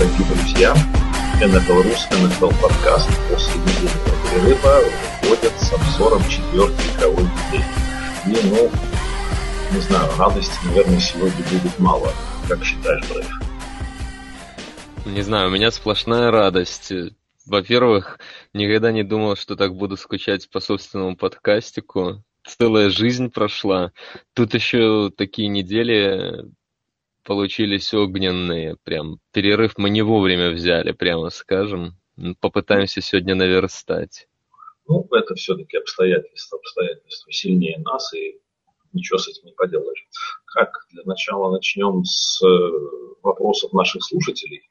дорогие друзья. НФЛ Рус, НФЛ подкаст после недельного перерыва выходит с обзором четвертой игровой недели. И, не знаю, радости, наверное, сегодня будет мало. Как считаешь, Брейв? Не знаю, у меня сплошная радость. Во-первых, никогда не думал, что так буду скучать по собственному подкастику. Целая жизнь прошла. Тут еще такие недели получились огненные. Прям перерыв мы не вовремя взяли, прямо скажем. Попытаемся сегодня наверстать. Это все-таки обстоятельства сильнее нас, и ничего с этим не поделаешь. Как для начала начнем с вопросов наших слушателей?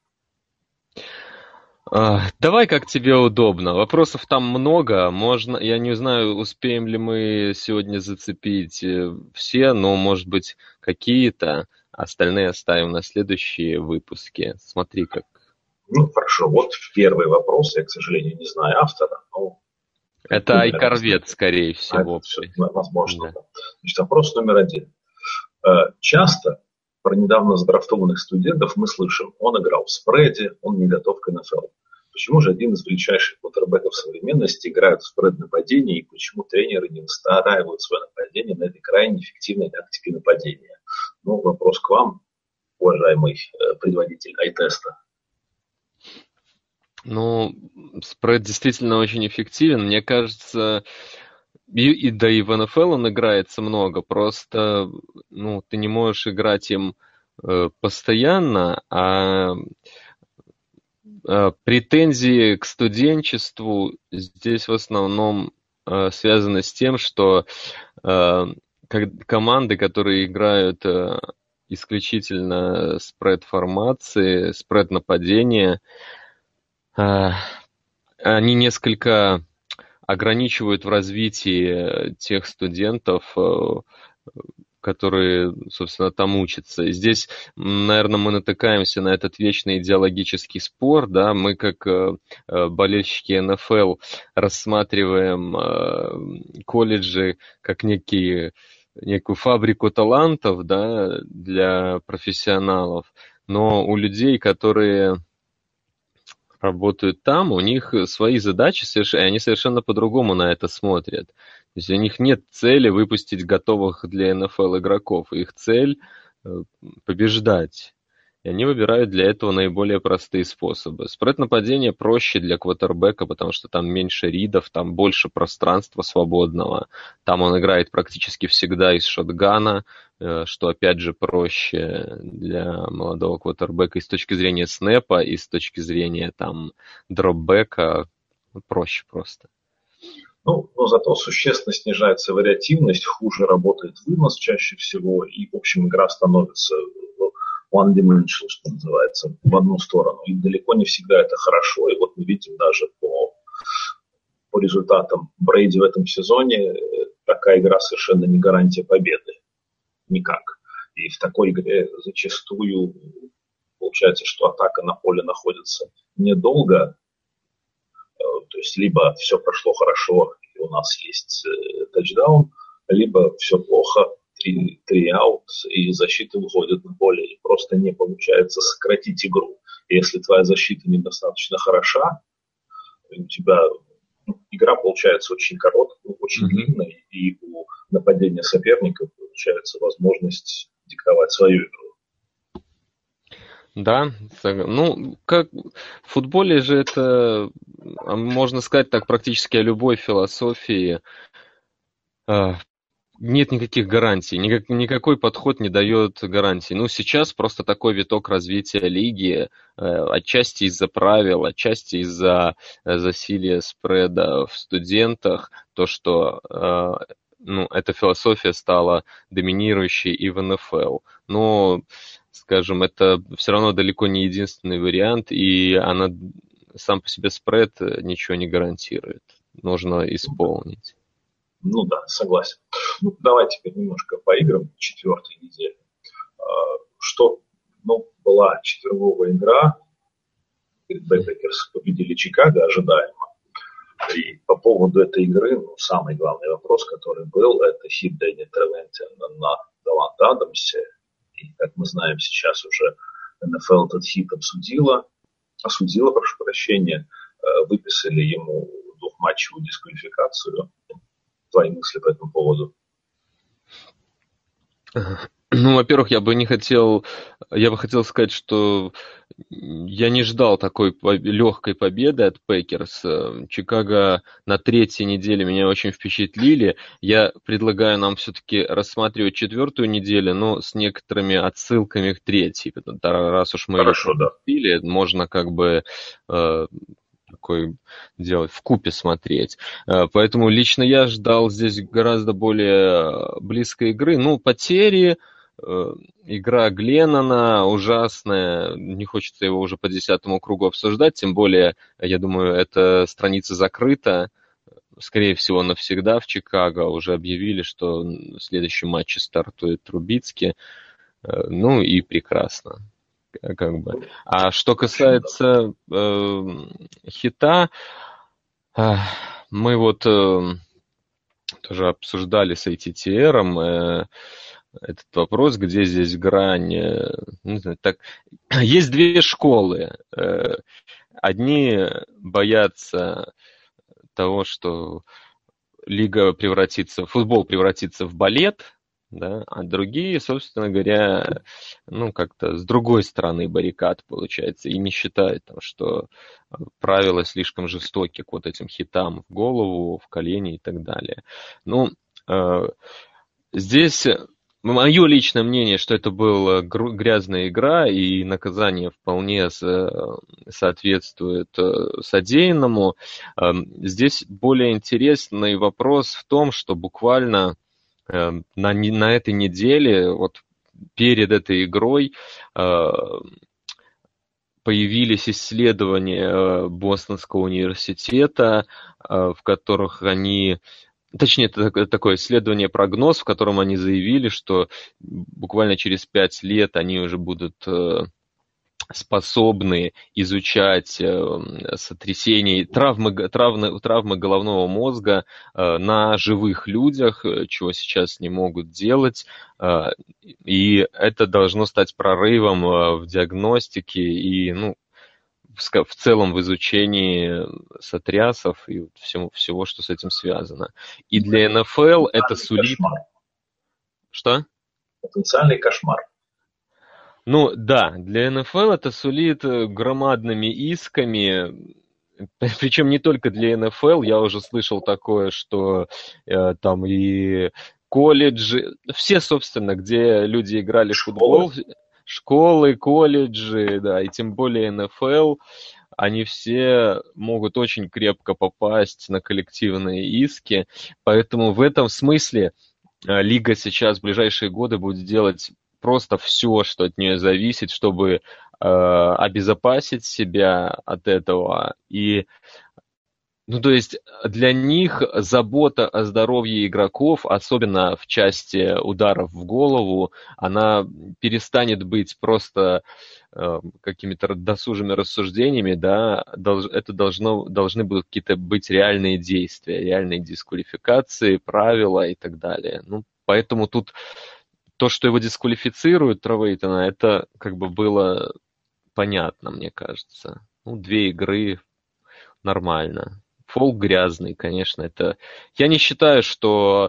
Давай, как тебе удобно. Вопросов там много. Можно, я не знаю, успеем ли мы сегодня зацепить все, но, может быть, какие-то. Остальные оставим на следующие выпуски. Смотри, как. Хорошо. Вот первый вопрос. Я, к сожалению, не знаю автора, но... Это Айкарвет, скорее всего. Возможно, да. Значит, вопрос номер 1. Часто про недавно задрафтованных студентов мы слышим: он играл в спреде, он не готов к НФЛ. Почему же один из величайших квотербеков современности играет в спред-нападение, и почему тренеры не настраивают свое нападение на этой крайне эффективной тактике нападения? Вопрос к вам, уважаемый предводитель ай-теста. Спред действительно очень эффективен. Мне кажется, и в НФЛ он играется много. Просто, ты не можешь играть им постоянно, а претензии к студенчеству здесь в основном связаны с тем, что команды, которые играют исключительно спред-формации, спред-нападения, они несколько ограничивают в развитии тех студентов, которые, собственно, там учатся. И здесь, наверное, мы натыкаемся на этот вечный идеологический спор, да, мы как болельщики НФЛ рассматриваем колледжи как некую фабрику талантов, да, для профессионалов, но у людей, которые работают там, у них свои задачи, и они совершенно по-другому на это смотрят. То есть у них нет цели выпустить готовых для НФЛ игроков. Их цель побеждать. И они выбирают для этого наиболее простые способы. Спред-нападение проще для квотербека, потому что там меньше ридов, там больше пространства свободного. Там он играет практически всегда из шотгана, что, опять же, проще для молодого квотербека и с точки зрения снэпа, и с точки зрения дропбека. Проще просто. Но зато существенно снижается вариативность, хуже работает вынос чаще всего, и, в общем, игра становится one-dimensional, что называется, в одну сторону. И далеко не всегда это хорошо. И вот мы видим даже по результатам Брейди в этом сезоне, такая игра совершенно не гарантия победы. Никак. И в такой игре зачастую получается, что атака на поле находится недолго. То есть либо все прошло хорошо, и у нас есть тачдаун, либо все плохо, 3 аут, и защита выходит на поле, и просто не получается сократить игру. И если твоя защита недостаточно хороша, у тебя игра получается очень короткой, очень длинной, и у нападения соперника получается возможность диктовать свою игру. Да, как в футболе же это, можно сказать так, практически о любой философии. Нет никаких гарантий, никакой подход не дает гарантий. Сейчас просто такой виток развития лиги, отчасти из-за правил, отчасти из-за засилия спреда в студентах, то, что эта философия стала доминирующей и в НФЛ. Но, скажем, это все равно далеко не единственный вариант, и она сам по себе спред ничего не гарантирует. Нужно исполнить. Да, согласен. Давай теперь немножко поиграем в четвертой неделе. Была четверговая игра. Бэкпекерс победили Чикаго ожидаемо. И по поводу этой игры, самый главный вопрос, который был, это хит Дэнни Тревентина на Даванте Адамсе. И, как мы знаем, сейчас уже НФЛ этот хит обсудила. осудила, прошу прощения, выписали ему двухматчевую дисквалификацию. Твои мысли по этому поводу? Ну, во-первых, я бы хотел сказать, что я не ждал такой легкой победы от Пекерс. Чикаго на третьей неделе меня очень впечатлили. Я предлагаю нам все-таки рассматривать четвертую неделю, но с некоторыми отсылками к третьей. Раз уж мы ее Хорошо, да. пропустили, можно как бы такой делать, вкупе смотреть. Поэтому лично я ждал здесь гораздо более близкой игры. Ну, потери, игра Гленнона ужасная, не хочется его уже по 10-му кругу обсуждать, тем более, я думаю, эта страница закрыта, скорее всего, навсегда в Чикаго. Уже объявили, что в следующем матче стартует Трубицкий, ну и прекрасно. Как бы. А что касается Хита, мы вот тоже обсуждали с ATTR этот вопрос, где здесь грань. Не знаю, так, есть две школы. Одни боятся того, что футбол превратится в балет, да, а другие, собственно говоря, ну, как-то с другой стороны баррикад, получается, и не считают, что правила слишком жестоки к вот этим хитам в голову, в колени и так далее. Ну, здесь мое личное мнение, что это была грязная игра, и наказание вполне соответствует содеянному. Здесь более интересный вопрос в том, что буквально на этой неделе, вот перед этой игрой, появились исследования Бостонского университета, в которых точнее, это такое исследование-прогноз, в котором они заявили, что буквально через 5 лет они уже будут способны изучать сотрясения, травмы головного мозга на живых людях, чего сейчас не могут делать. И это должно стать прорывом в диагностике и, ну, в целом в изучении сотрясов и всего, что с этим связано. И для НФЛ это сулит... Кошмар. Что? Потенциальный кошмар. Ну да, для НФЛ это сулит громадными исками, причем не только для НФЛ, я уже слышал такое, что там и колледжи, все, собственно, где люди играли в футбол, школы, колледжи, да, и тем более НФЛ, они все могут очень крепко попасть на коллективные иски, поэтому в этом смысле лига сейчас в ближайшие годы будет делать просто все, что от нее зависит, чтобы обезопасить себя от этого. И, ну, то есть для них забота о здоровье игроков, особенно в части ударов в голову, она перестанет быть просто какими-то досужими рассуждениями, да, это должны будут какие-то быть реальные действия, реальные дисквалификации, правила и так далее. Ну, поэтому тут то, что его дисквалифицируют, Травейтона, это как бы было понятно, мне кажется. Ну, 2 игры нормально. Фол грязный, конечно, это... Я не считаю, что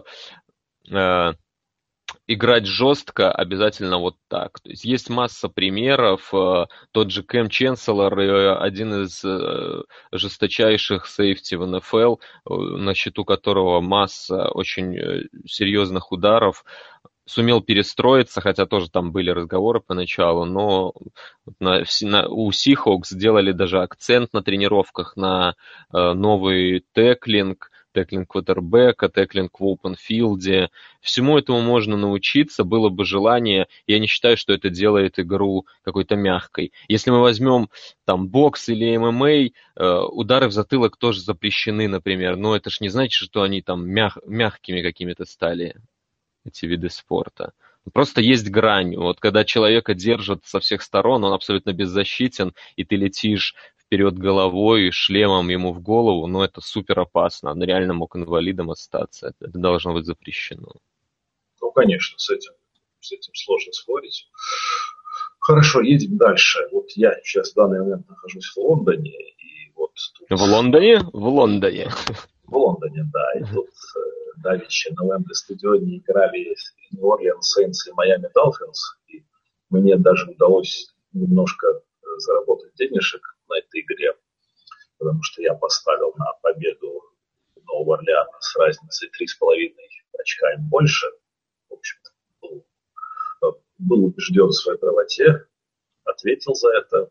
играть жестко обязательно вот так. То есть есть масса примеров. Тот же Кэм Ченселор, один из жесточайших сейфти в НФЛ, на счету которого масса очень серьезных ударов, сумел перестроиться, хотя тоже там были разговоры поначалу, но у Seahawks сделали даже акцент на тренировках на новый теклинг квотербека, теклинг в опенфилде. Всему этому можно научиться, было бы желание. Я не считаю, что это делает игру какой-то мягкой. Если мы возьмем там бокс или ММА, удары в затылок тоже запрещены, например, но это ж не значит, что они там мягкими какими-то стали, эти виды спорта. Просто есть грань. Вот когда человека держат со всех сторон, он абсолютно беззащитен, и ты летишь вперед головой, шлемом ему в голову, но это супер опасно. Он реально мог инвалидом остаться. Это должно быть запрещено. Ну, конечно, с этим сложно спорить. Хорошо, едем дальше. Вот я сейчас в данный момент нахожусь в Лондоне, и вот тут... В Лондоне? В Лондоне. В Лондоне, да, и тут давеча на Уэмбли стадионе играли Нью-Орлеанс Сейнс и Майами Долфинс, и мне даже удалось немножко заработать денежек на этой игре, потому что я поставил на победу Нового Орлеана с разницей 3,5 очка и больше. В общем-то, был убежден в своей правоте, ответил за это,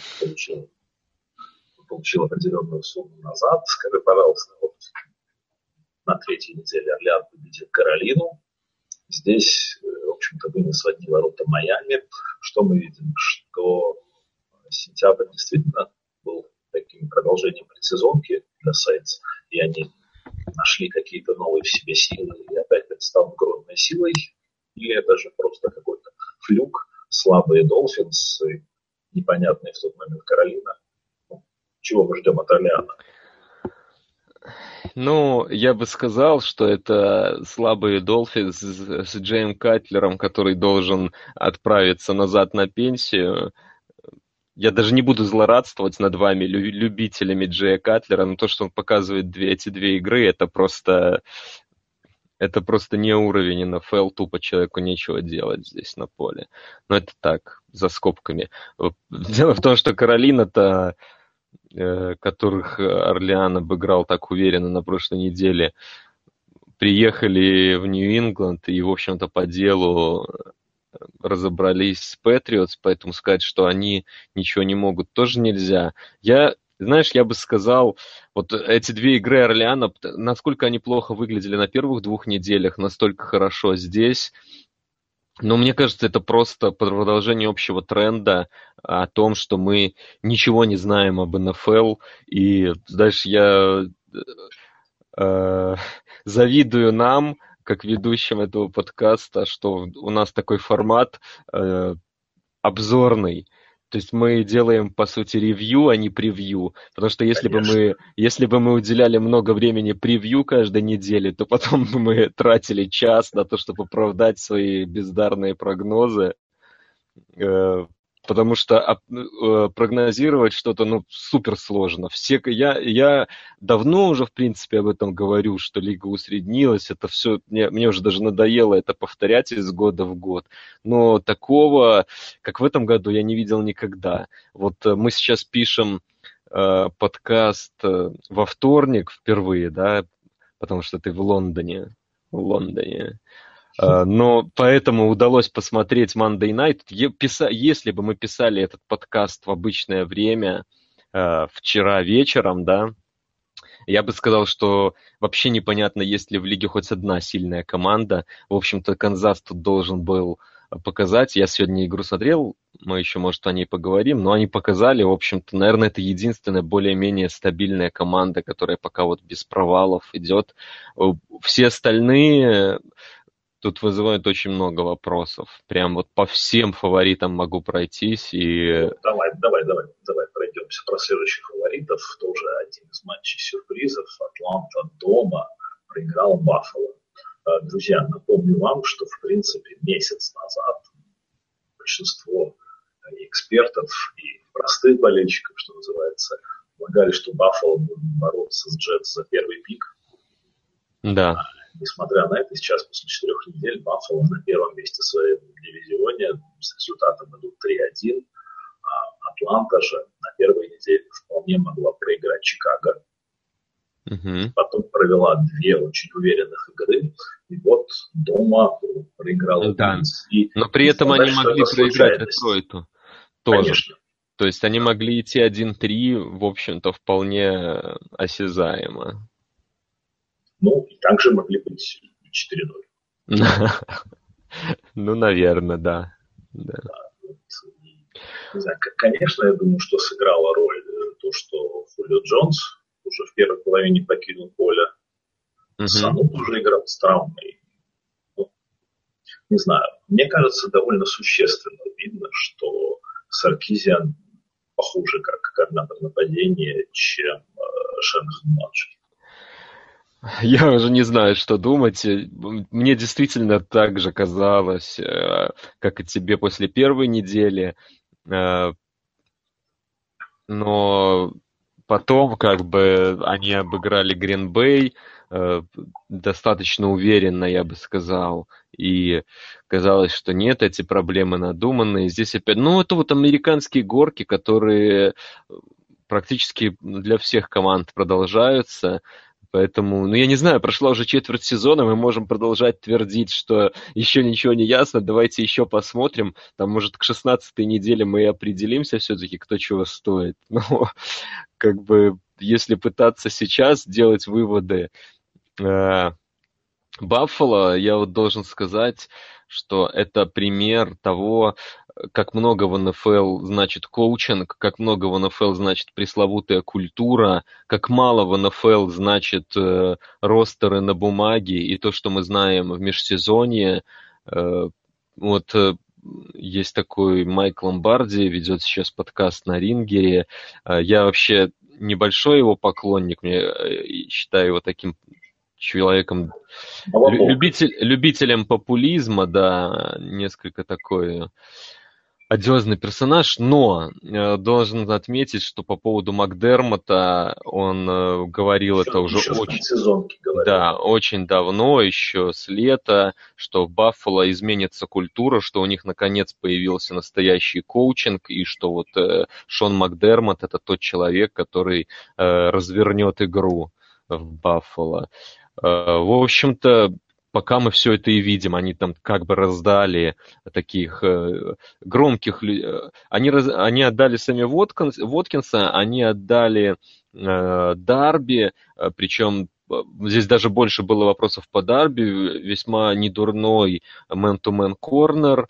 получил определенную сумму назад. Скажи, пожалуйста, вот на третьей неделе Орлеан победил Каролину. Здесь, в общем-то, вынес в одни ворота Майами. Что мы видим? Что сентябрь действительно был таким продолжением предсезонки для Сейнс, и они нашли какие-то новые в себе силы и опять стал грозной силой, или это же просто какой-то флюк, слабые Долфинс, непонятные в тот момент Каролина. Чего мы ждем от Орлеана? Ну, я бы сказал, что это слабые Долфинс с Джейм Катлером, который должен отправиться назад на пенсию. Я даже не буду злорадствовать над вами, любителями Джея Катлера, но то, что он показывает эти две игры, это просто не уровень НФЛ, тупо человеку нечего делать здесь на поле. Но это так, за скобками. Дело в том, что Каролина-то, которых Орлеан обыграл так уверенно на прошлой неделе, приехали в Нью-Ингланд и, в общем-то, по делу разобрались с Патриотс, поэтому сказать, что они ничего не могут, тоже нельзя. Я бы сказал, вот эти две игры Орлеана, насколько они плохо выглядели на первых 2 неделях, настолько хорошо здесь. Но мне кажется, это просто продолжение общего тренда о том, что мы ничего не знаем об НФЛ. И дальше я завидую нам, как ведущим этого подкаста, что у нас такой формат обзорный. То есть мы делаем, по сути, ревью, а не превью. Потому что если бы мы уделяли много времени превью каждой неделе, то потом бы мы тратили час на то, чтобы оправдать свои бездарные прогнозы. Потому что прогнозировать что-то, супер сложно. Я давно уже, в принципе, об этом говорю, что лига усреднилась. Это все, мне уже даже надоело это повторять из года в год. Но такого, как в этом году, я не видел никогда. Вот мы сейчас пишем подкаст во вторник впервые, да, потому что ты в Лондоне. Но поэтому удалось посмотреть Monday Night. Если бы мы писали этот подкаст в обычное время, вчера вечером, да, я бы сказал, что вообще непонятно, есть ли в лиге хоть одна сильная команда. В общем-то, Канзас тут должен был показать. Я сегодня игру смотрел, мы еще, может, о ней поговорим, но они показали, в общем-то, наверное, это единственная более-менее стабильная команда, которая пока вот без провалов идет. Все остальные тут вызывают очень много вопросов. Прям вот по всем фаворитам могу пройтись и... Давай пройдемся про следующих фаворитов. Тоже один из матчей сюрпризов. Атланта дома проиграл Баффало. Друзья, напомню вам, что в принципе месяц назад большинство экспертов и простых болельщиков, что называется, полагали, что Баффало будет бороться с Джетс за первый пик. Да. Несмотря на это, сейчас после 4 недель Баффало на первом месте в своем дивизионе с результатом идут 3-1. А Атланта же на первой неделе вполне могла проиграть Чикаго. Потом провела 2 очень уверенных игры. И вот дома проиграла Биллс. Но при этом они могли проиграть Детройту тоже. Конечно. То есть они могли идти 1-3, в общем-то, вполне осязаемо. Ну, и также могли быть 4-0. Ну, наверное, да. Не знаю, конечно, я думаю, что сыграла роль то, что Хулио Джонс уже в первой половине покинул поле. Сану уже играл с травмой. Ну, не знаю, мне кажется, довольно существенно видно, что Саркизиан похуже как координатор нападения, чем Шенхан-младший. Я уже не знаю, что думать. Мне действительно так же казалось, как и тебе после первой недели. Э, Но потом как бы они обыграли Green Bay э, достаточно уверенно, я бы сказал. И казалось, что нет, эти проблемы надуманные. Здесь опять, ну, это вот американские горки, которые практически для всех команд продолжаются. Поэтому, ну, я не знаю, прошла уже четверть сезона, мы можем продолжать твердить, что еще ничего не ясно, давайте еще посмотрим. Там, может, к 16-й неделе мы и определимся все-таки, кто чего стоит. Но, как бы, если пытаться сейчас делать выводы, э, Баффало, я вот должен сказать, что это пример того, как много в НФЛ значит коучинг, как много в НФЛ значит пресловутая культура, как мало в НФЛ значит ростеры на бумаге и то, что мы знаем в межсезонье. Э, вот есть такой Майк Ломбарди, ведет сейчас подкаст на Рингере. Я вообще небольшой его поклонник, мне считаю его таким человеком, любителем популизма, да, несколько такой одиозный персонаж, но должен отметить, что по поводу Макдермота он говорил это уже еще очень, сезонки говорил. да, очень давно, еще с лета, что в Баффало изменится культура, что у них наконец появился настоящий коучинг, и что вот Шон Макдермот это тот человек, который развернет игру в Баффало. В общем-то, пока мы все это и видим, они там как бы раздали таких громких людей. Они отдали Сэмми Воткинса, они отдали Дарби, причем здесь даже больше было вопросов по Дарби, весьма недурной мэн-то-мэн корнер.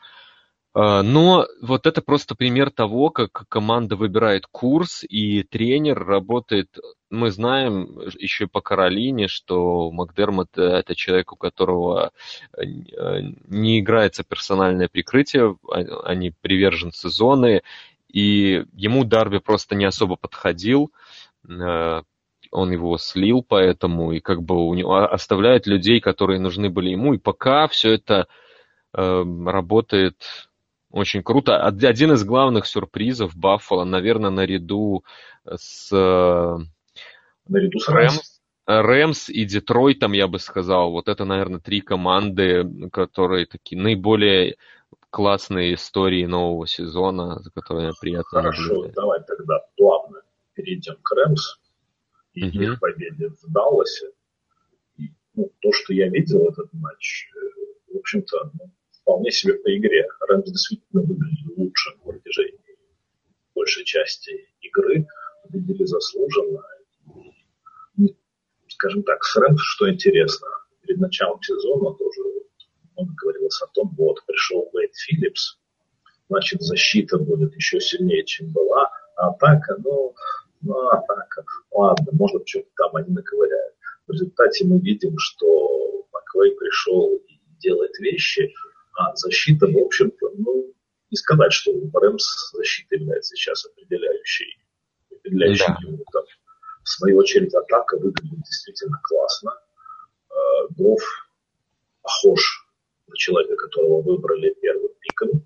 Но вот это просто пример того, как команда выбирает курс, и тренер работает. Мы знаем еще по Каролине, что Макдермот это человек, у которого не играется персональное прикрытие, они приверженцы зоны, и ему Дарби просто не особо подходил. Он его слил, поэтому и как бы у него оставляет людей, которые нужны были ему, и пока все это работает очень круто. Один из главных сюрпризов Баффало, наверное, наряду с Рэмс и Детройтом, я бы сказал. Вот это, наверное, три команды, которые такие наиболее классные истории нового сезона, за которыми приятно наблюдать. Хорошо, давай тогда плавно перейдем к Рэмс и их победе в Далласе. И, то, что я видел этот матч, в общем-то, вполне себе по игре. Рэмс действительно выглядели лучше на протяжении большей части игры, победили заслуженно. И, скажем так, с Рэмс, что интересно, перед началом сезона тоже много говорилось о том, вот, пришел Уэйд Филлипс, значит, защита будет еще сильнее, чем была, а атака, атака, ладно, может, что-то там они наковыряют. В результате мы видим, что Маквей пришел и делает вещи, а защита, в общем-то, не сказать, что Рэмс защита является сейчас определяющим юнитом. В свою очередь, атака выглядит действительно классно. Гофф похож на человека, которого выбрали первым пиком.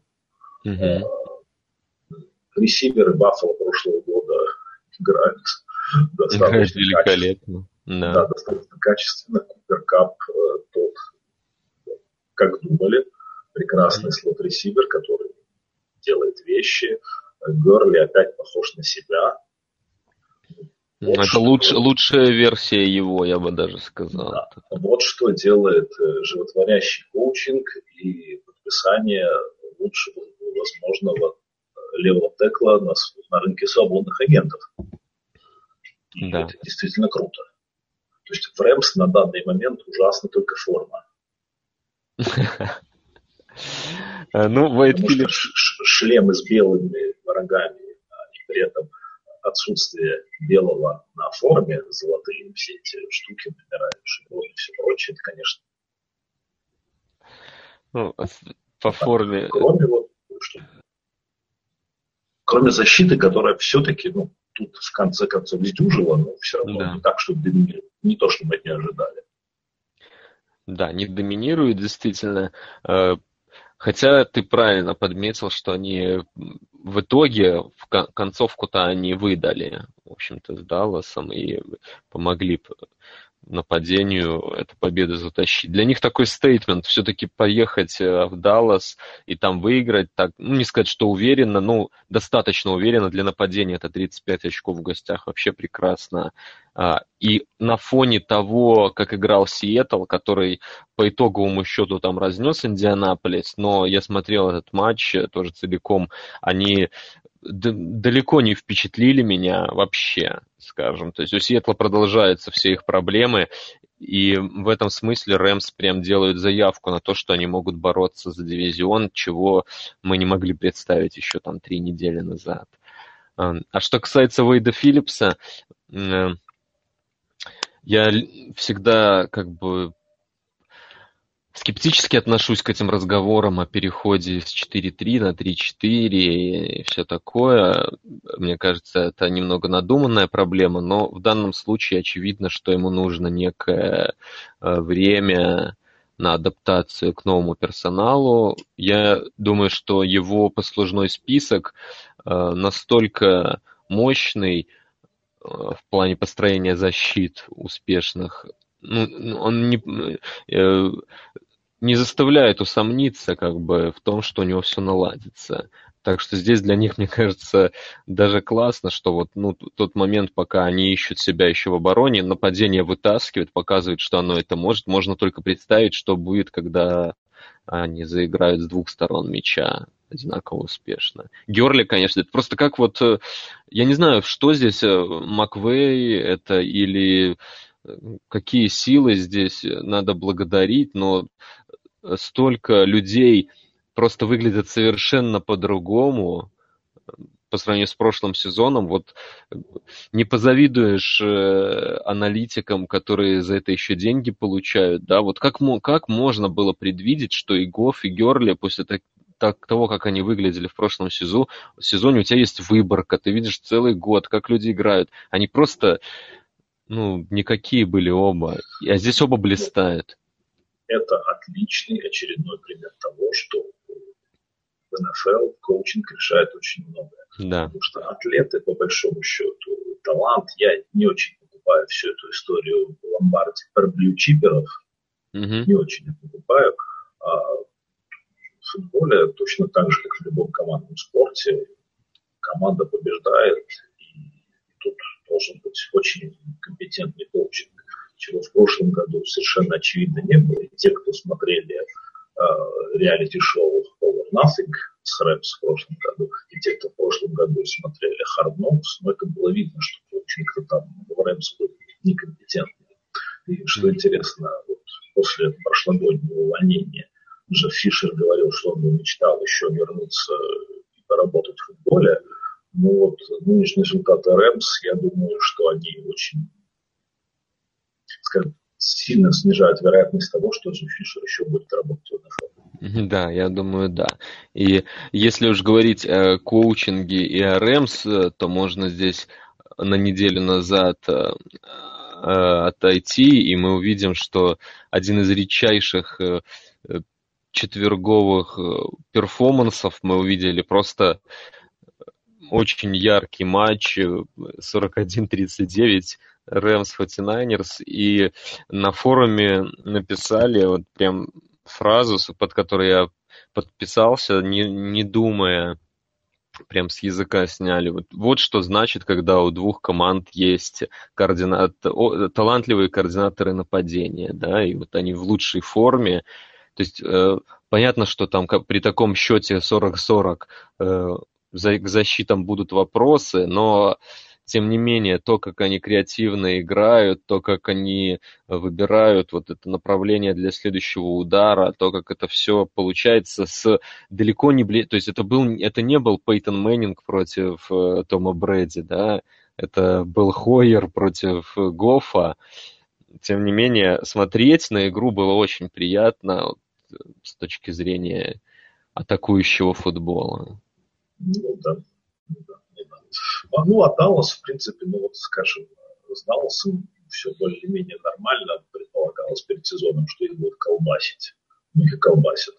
Ресиверы Баффало прошлого года играют достаточно великолепно. Да, достаточно качественно. Купер Кап тот, как думали, прекрасный слот-ресивер, который делает вещи. Герли опять похож на себя. Вот это лучшая версия его, я бы даже сказал. Да. Вот что делает животворящий коучинг и подписание лучшего возможного левого текла на рынке свободных агентов. И это действительно круто. То есть в Рэмс на данный момент ужасна только форма. Уэйд Филлипс... Шлемы с белыми рогами, и при этом отсутствие белого на форме, золотые все эти штуки, номера, шаблоны и все прочее, это, конечно... по форме... Кроме защиты, которая все-таки, тут в конце концов сдюжило, но все равно не Да. так, чтобы доминировать. Не то, что мы от нее ожидали. Да, не доминирует действительно. Э, Хотя ты правильно подметил, что они в итоге, концовку-то они выдали, в общем-то, с Далласом и помогли нападению эту победу затащить. Для них такой стейтмент, все-таки поехать в Даллас и там выиграть, так, ну, не сказать, что уверенно, но достаточно уверенно для нападения. Это 35 очков в гостях, вообще прекрасно. И на фоне того, как играл Сиэтл, который по итоговому счету там разнес Индианаполис, но я смотрел этот матч тоже целиком, они далеко не впечатлили меня вообще, скажем. То есть у Сиэтла продолжаются все их проблемы, и в этом смысле Рэмс прям делают заявку на то, что они могут бороться за дивизион, чего мы не могли представить еще там 3 недели назад. А что касается Уэйда Филлипса, я всегда как бы скептически отношусь к этим разговорам о переходе с 4-3 на 3-4 и все такое. Мне кажется, это немного надуманная проблема, но в данном случае очевидно, что ему нужно некое время на адаптацию к новому персоналу. Я думаю, что его послужной список настолько мощный в плане построения защит успешных, ну, он не заставляет усомниться как бы в том, что у него все наладится. Так что здесь для них, мне кажется, даже классно, что вот ну, тот момент, пока они ищут себя еще в обороне, нападение вытаскивает, показывает, что оно это может. Можно только представить, что будет, когда они заиграют с двух сторон мяча одинаково успешно. Герли, конечно, это просто как вот, я не знаю, что здесь, Маквей это или какие силы здесь надо благодарить, но столько людей просто выглядят совершенно по-другому по сравнению с прошлым сезоном. Вот не позавидуешь аналитикам, которые за это еще деньги получают, да, вот как можно было предвидеть, что и Гофф, и Герли после того, как они выглядели в прошлом сезоне, у тебя есть выборка, ты видишь целый год, как люди играют. Они просто, ну, никакие были оба. А здесь оба блистают. Это отличный очередной пример того, что в НФЛ коучинг решает очень многое. Да. Потому что атлеты, по большому счету, талант, я не очень покупаю всю эту историю Ломбарди про блючиперов, не очень покупаю. А в футболе точно так же, как в любом командном спорте, команда побеждает, и тут должен быть очень компетентный коучинг, чего в прошлом году совершенно очевидно не было. И те, кто смотрели реалити-шоу Over Nothing с Рэмс в прошлом году, и те, кто в прошлом году смотрели Hard Knocks, но это было видно, что коучинг-то там в Рэмс был некомпетентный. И что интересно, вот после прошлогоднего увольнения Джефф Фишер говорил, что он мечтал еще вернуться и поработать в футболе. Ну вот нынешние результаты Рэмс, я думаю, что они очень, скажем, сильно снижают вероятность того, что Джефф Фишер еще будет работать в НФЛ. Да, я думаю, да. И если уж говорить о коучинге и о Рэмс, то можно здесь на неделю назад отойти, и мы увидим, что один из редчайших четверговых перформансов мы увидели просто очень яркий матч 41-39 Рэмс 49ers, и на форуме написали вот прям фразу, под которой я подписался, не думая, прям с языка сняли. Вот что значит, когда у двух команд есть талантливые координаторы нападения, да, и вот они в лучшей форме. То есть понятно, что там при таком счете 40-40 к защитам будут вопросы, но тем не менее, то, как они креативно играют, то, как они выбирают вот это направление для следующего удара, то, как это все получается с далеко не... То есть это не был Пейтон Мэннинг против Тома Брэди, да, это был Хойер против Гоффа. Тем не менее, смотреть на игру было очень приятно с точки зрения атакующего футбола. Ну да. Ну, а Даллас, в принципе, ну вот, скажем, с Далласом все более-менее нормально. Предполагалось перед сезоном, что их будут колбасить. Ну, их и колбасят.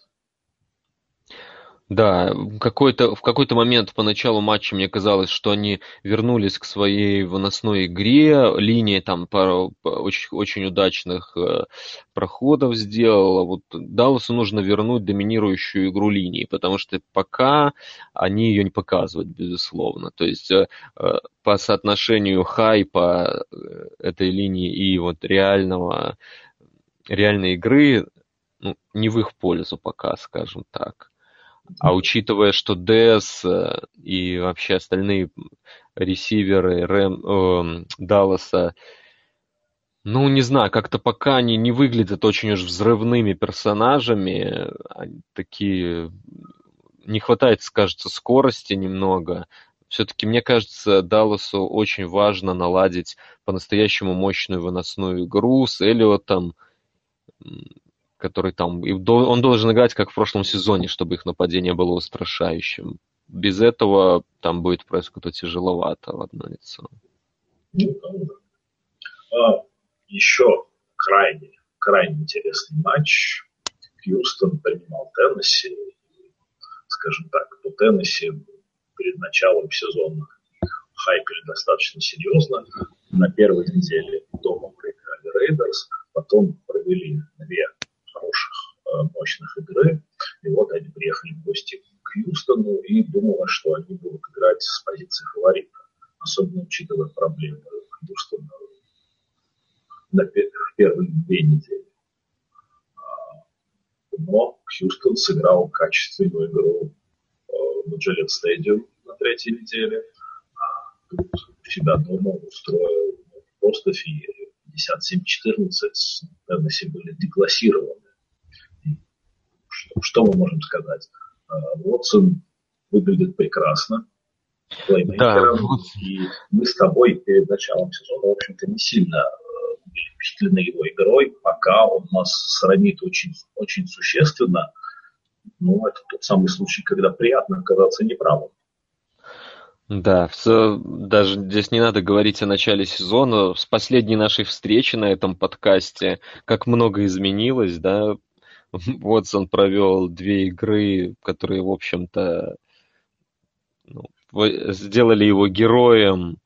Да, в какой-то момент по началу матча мне казалось, что они вернулись к своей выносной игре. Линия там пару очень, очень удачных проходов сделала. Вот Далласу нужно вернуть доминирующую игру линии, потому что пока они ее не показывают, безусловно. То есть по соотношению хайпа этой линии и вот реальной игры, ну, не в их пользу пока, скажем так. А учитывая, что ДС и вообще остальные ресиверы Далласа, ну, не знаю, как-то пока они не выглядят очень уж взрывными персонажами, они такие... Не хватает, кажется, скорости немного. Все-таки, мне кажется, Далласу очень важно наладить по-настоящему мощную выносную игру с Эллиотом, который там... Он должен играть, как в прошлом сезоне, чтобы их нападение было устрашающим. Без этого там будет просто тяжеловато в одно лицо. Еще крайне интересный матч. Хьюстон принимал Теннесси. Скажем так, по Теннесси перед началом сезона хайпели достаточно серьезно. На первой неделе дома проиграли Рейдерс, потом провели две хороших, мощных игры. И вот они приехали в гости к Хьюстону и думали, что они будут играть с позиции фаворита. Особенно учитывая проблемы Хьюстона в первые 2 недели. Но Хьюстон сыграл качественную игру на Gillette Stadium на 3-й неделе. Тут у себя дома устроил просто феерию. 57-14 Теннесси были деклассированы. Что мы можем сказать? Уотсон выглядит прекрасно. Плеймейкером. Да. И мы с тобой перед началом сезона, в общем-то, не сильно были впечатлены его игрой, пока он нас сравнит очень, очень существенно. Ну, это тот самый случай, когда приятно оказаться неправым. Да, все, даже здесь не надо говорить о начале сезона. С последней нашей встречи на этом подкасте, как много изменилось, да. Уотсон провел 2 игры, которые, в общем-то, сделали его героем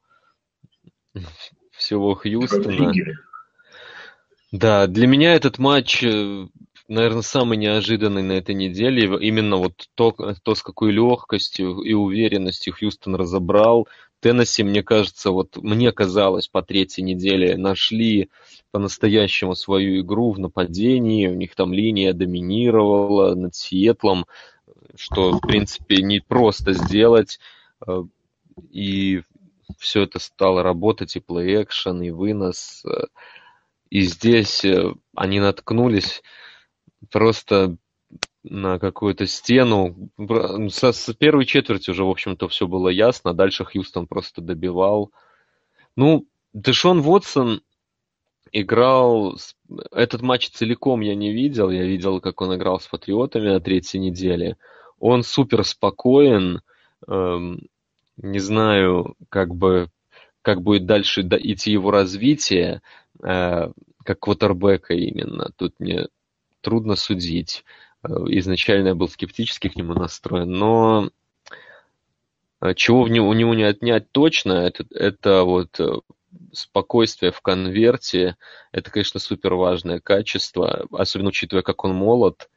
всего Хьюстона. Да, для меня этот матч, наверное, самый неожиданный на этой неделе. Именно вот то, с какой легкостью и уверенностью Хьюстон разобрал. Теннесси, мне кажется, мне казалось, по 3-й неделе нашли по-настоящему свою игру в нападении. У них там линия доминировала над Сиэтлом, что, в принципе, не просто сделать. И все это стало работать, и плей-экшен, и вынос. И здесь они наткнулись просто на какую-то стену. С первой четверти уже, в общем-то, все было ясно. Дальше Хьюстон просто добивал. Ну, Дэшон Уотсон играл... Этот матч целиком я не видел. Я видел, как он играл с Патриотами на 3-й неделе. Он супер спокоен. Не знаю, как будет дальше идти его развитие, как квотербека именно. Тут мне трудно судить. Изначально я был скептически к нему настроен, но чего у него не отнять точно, это вот спокойствие в конверте. Это, конечно, супер важное качество, особенно учитывая, как он молод.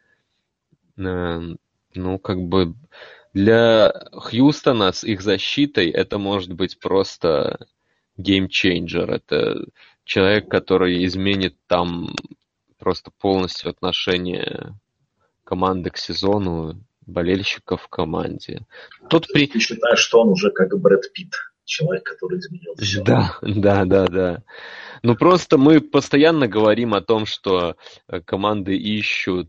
Ну, как бы для Хьюстона с их защитой это может быть просто геймчейнджер. Это человек, который изменит там просто полностью отношение команды к сезону, болельщиков в команде. Ты считаешь, что он уже как Брэд Питт, человек, который изменил все? Да. Ну, просто мы постоянно говорим о том, что команды ищут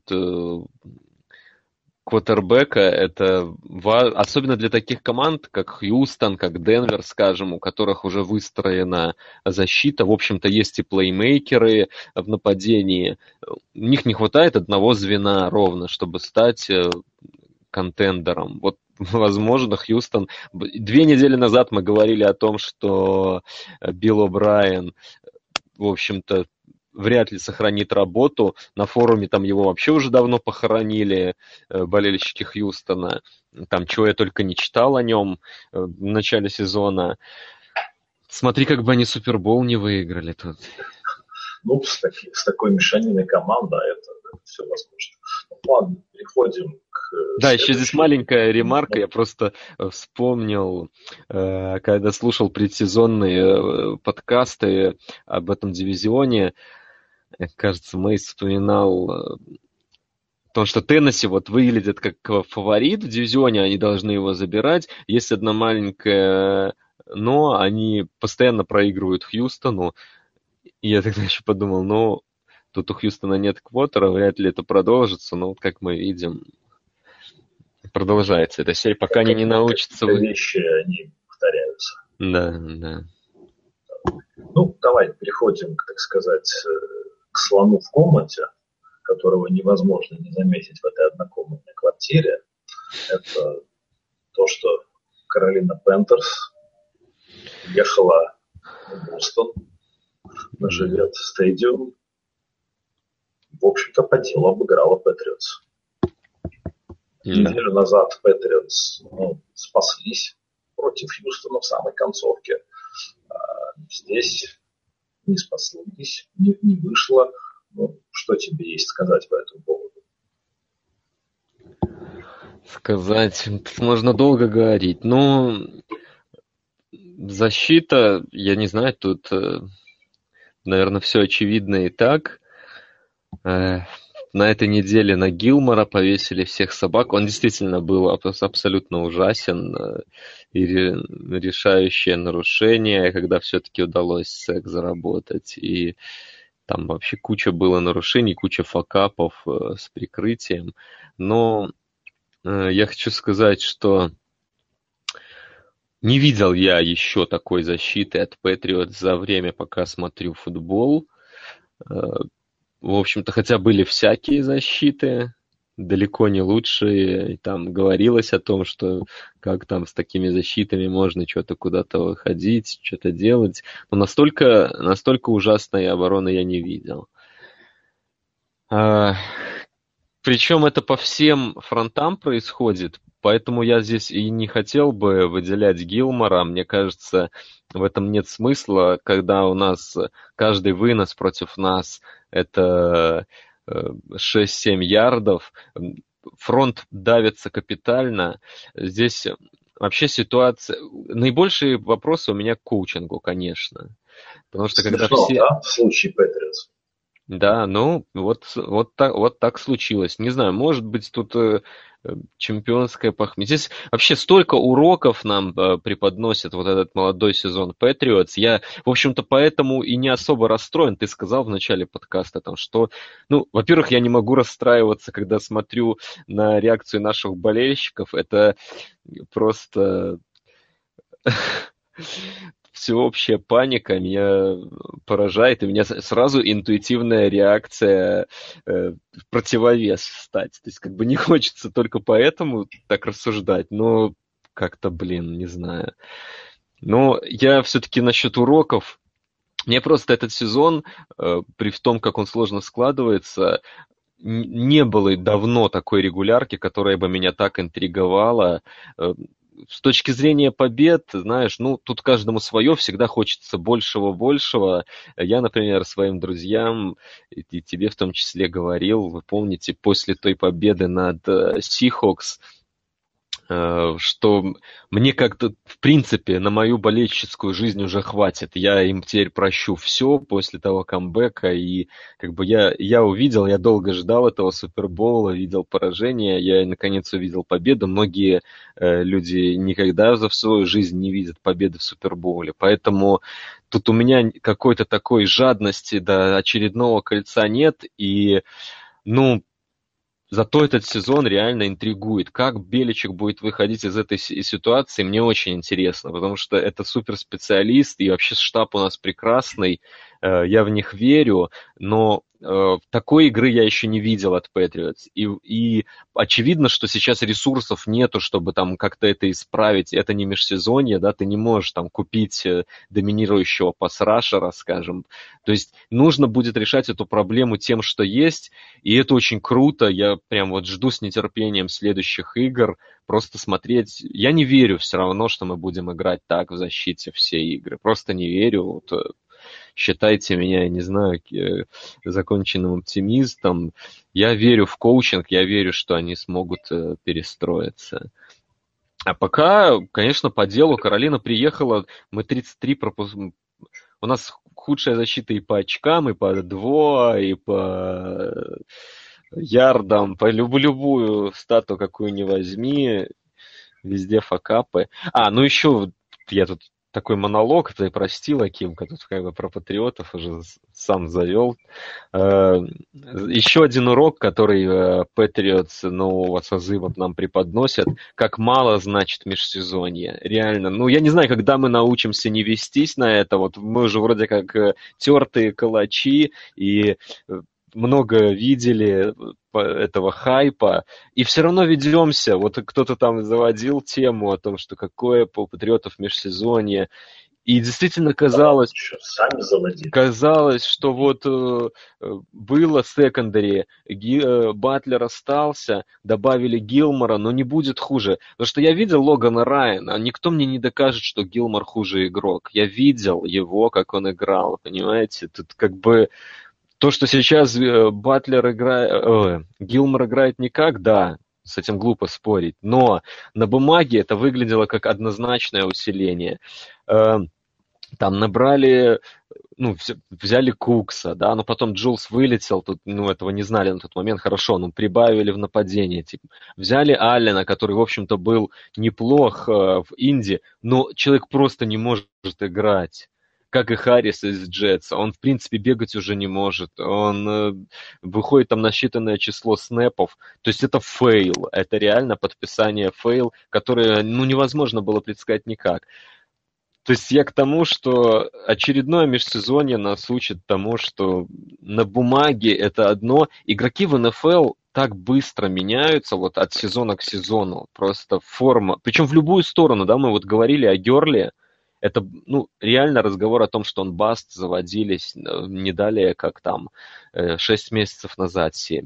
квотербека, это особенно для таких команд, как Хьюстон, как Денвер, скажем, у которых уже выстроена защита. В общем-то, есть и плеймейкеры в нападении. У них не хватает одного звена ровно, чтобы стать контендером. Вот возможно, Хьюстон... 2 недели назад мы говорили о том, что Билл О'Брайен, в общем-то, вряд ли сохранит работу. На форуме там его вообще уже давно похоронили, болельщики Хьюстона. Там чего я только не читал о нем в начале сезона. Смотри, как бы они Супербол не выиграли тут. Ну, с такой мешаниной команд, да, это все возможно. Ну, ладно, переходим к... Да, еще здесь маленькая ремарка. Я просто вспомнил, когда слушал предсезонные подкасты об этом дивизионе, кажется, Мейс вспоминал то, что Теннесси вот выглядит как фаворит в дивизионе, они должны его забирать. Есть одна маленькая но, они постоянно проигрывают Хьюстону. И я тогда еще подумал, ну, тут у Хьюстона нет квотера, вряд ли это продолжится, но вот как мы видим, продолжается эта серия, пока они не научатся... Вещи, они повторяются. Да, да. Ну, давай переходим, так сказать, к слону в комнате, которого невозможно не заметить в этой однокомнатной квартире. Это то, что Каролина Пентерс ехала в Бостон на Жилет Стадиум. В общем-то, по делу обыграла Патриотс. Неделю назад Патриотс спаслись против Хьюстона в самой концовке. Здесь не спаслись, не вышло. Ну, что тебе есть сказать по этому поводу? Сказать, можно долго говорить. Ну, защита, я не знаю, тут, наверное, все очевидно и так. На этой неделе на Гилмора повесили всех собак. Он действительно был абсолютно ужасен. И решающее нарушение, когда все-таки удалось секс заработать. И там вообще куча было нарушений, куча факапов с прикрытием. Но я хочу сказать, что не видел я еще такой защиты от Патриотс за время, пока смотрю футбол. В общем-то, хотя были всякие защиты, далеко не лучшие. И там говорилось о том, что как там с такими защитами можно что-то куда-то выходить, что-то делать. Но настолько ужасной обороны я не видел. Причем это по всем фронтам происходит, поэтому я здесь и не хотел бы выделять Гилмора. Мне кажется, в этом нет смысла, когда у нас каждый вынос против нас это 6-7 ярдов. Фронт давится капитально. Здесь вообще ситуация... Наибольшие вопросы у меня к коучингу, конечно. Потому что когда все... Да, в случае Патриотс. Да, ну, вот так случилось. Не знаю, может быть, тут чемпионское похмелье. Здесь вообще столько уроков нам преподносит вот этот молодой сезон Патриотс. Я, в общем-то, поэтому и не особо расстроен. Ты сказал в начале подкаста, там, что, ну, во-первых, я не могу расстраиваться, когда смотрю на реакцию наших болельщиков. Это просто... Всеобщая паника меня поражает, и у меня сразу интуитивная реакция в противовес встать. То есть как бы не хочется только поэтому так рассуждать, но как-то, не знаю. Но я все-таки насчет уроков. Мне просто этот сезон, при том, как он сложно складывается, не было давно такой регулярки, которая бы меня так интриговала. С точки зрения побед, знаешь, ну, тут каждому свое, всегда хочется большего. Я, например, своим друзьям, и тебе в том числе говорил, вы помните, после той победы над Seahawks, что мне как-то, в принципе, на мою болельщическую жизнь уже хватит. Я им теперь прощу все после того камбэка, и как бы я увидел, я долго ждал этого Супербоула, видел поражение, я наконец увидел победу. Многие люди никогда за свою жизнь не видят победы в Супербоуле, поэтому тут у меня какой-то такой жадности до очередного кольца нет, и, ну, зато этот сезон реально интригует. Как Беличек будет выходить из этой ситуации, мне очень интересно, потому что это суперспециалист, и вообще штаб у нас прекрасный, я в них верю, но такой игры я еще не видел от Patriots. И очевидно, что сейчас ресурсов нету, чтобы там как-то это исправить. Это не межсезонье, да, ты не можешь там купить доминирующего пас-рашера, скажем. То есть нужно будет решать эту проблему тем, что есть, и это очень круто. Я прям вот жду с нетерпением следующих игр, просто смотреть. Я не верю все равно, что мы будем играть так в защите все игры. Просто не верю. Вот, считайте меня, я не знаю, законченным оптимистом. Я верю в коучинг, я верю, что они смогут перестроиться. А пока, конечно, по делу Каролина приехала, мы 33 пропускаем. У нас худшая защита и по очкам, и по ДВО, и по ярдам, по любую стату, какую ни возьми, везде факапы. Ну еще я тут такой монолог, ты простила, Кимка, тут как бы про патриотов уже сам завел. Еще один урок, который Patriots нового созыва нам преподносят, как мало значит межсезонье. Реально. Ну, я не знаю, когда мы научимся не вестись на это. Вот мы уже вроде как тертые калачи и много видели этого хайпа, и все равно ведемся. Вот кто-то там заводил тему о том, что какое по Патриотов межсезонье, и действительно казалось, что вот было секондари, Батлер остался, добавили Гилмора, но не будет хуже. Потому что я видел Логана Райана, никто мне не докажет, что Гилмор хуже игрок. Я видел его, как он играл, понимаете? Тут как бы то, что сейчас Батлер играет, Гилмор играет никак, да, с этим глупо спорить, но на бумаге это выглядело как однозначное усиление. Там набрали, взяли Кукса, да, но потом Джулс вылетел, тут, этого не знали на тот момент, хорошо, прибавили в нападении, типа. Взяли Аллена, который, в общем-то, был неплох в Инди, но человек просто не может играть. Как и Харрис из Джетса. Он, в принципе, бегать уже не может. Он выходит там на считанное число снэпов. То есть это фейл. Это реально подписание фейл, которое, невозможно было предсказать никак. То есть я к тому, что очередное межсезонье нас учит тому, что на бумаге это одно. Игроки в НФЛ так быстро меняются вот от сезона к сезону. Просто форма. Причем в любую сторону, да, мы вот говорили о Герли. Это, реально разговор о том, что он баст, заводились не далее, как там 6 месяцев назад, 7.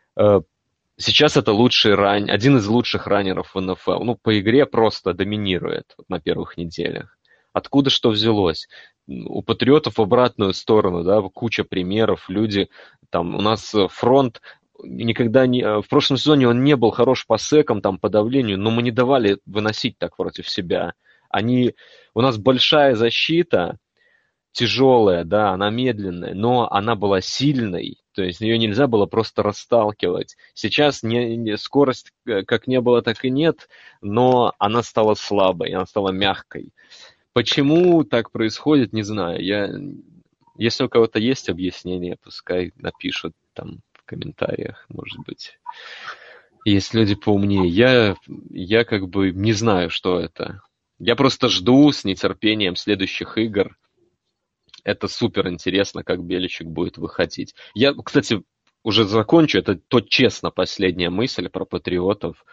Сейчас это один из лучших раннеров в НФЛ. По игре просто доминирует на первых неделях. Откуда что взялось? У Патриотов в обратную сторону, да, куча примеров. Люди, там, у нас фронт никогда не... В прошлом сезоне он не был хорош по секам, там, по давлению, но мы не давали выносить так против себя. У нас большая защита, тяжелая, да, она медленная, но она была сильной, то есть ее нельзя было просто расталкивать. Сейчас скорость как не было, так и нет, но она стала слабой, она стала мягкой. Почему так происходит, не знаю. Если у кого-то есть объяснение, пускай напишут там в комментариях, может быть. Есть люди поумнее. Я как бы не знаю, что это. Я просто жду с нетерпением следующих игр. Это супер интересно, как Беличек будет выходить. Я, кстати, уже закончу. Это честно последняя мысль про Патриотов.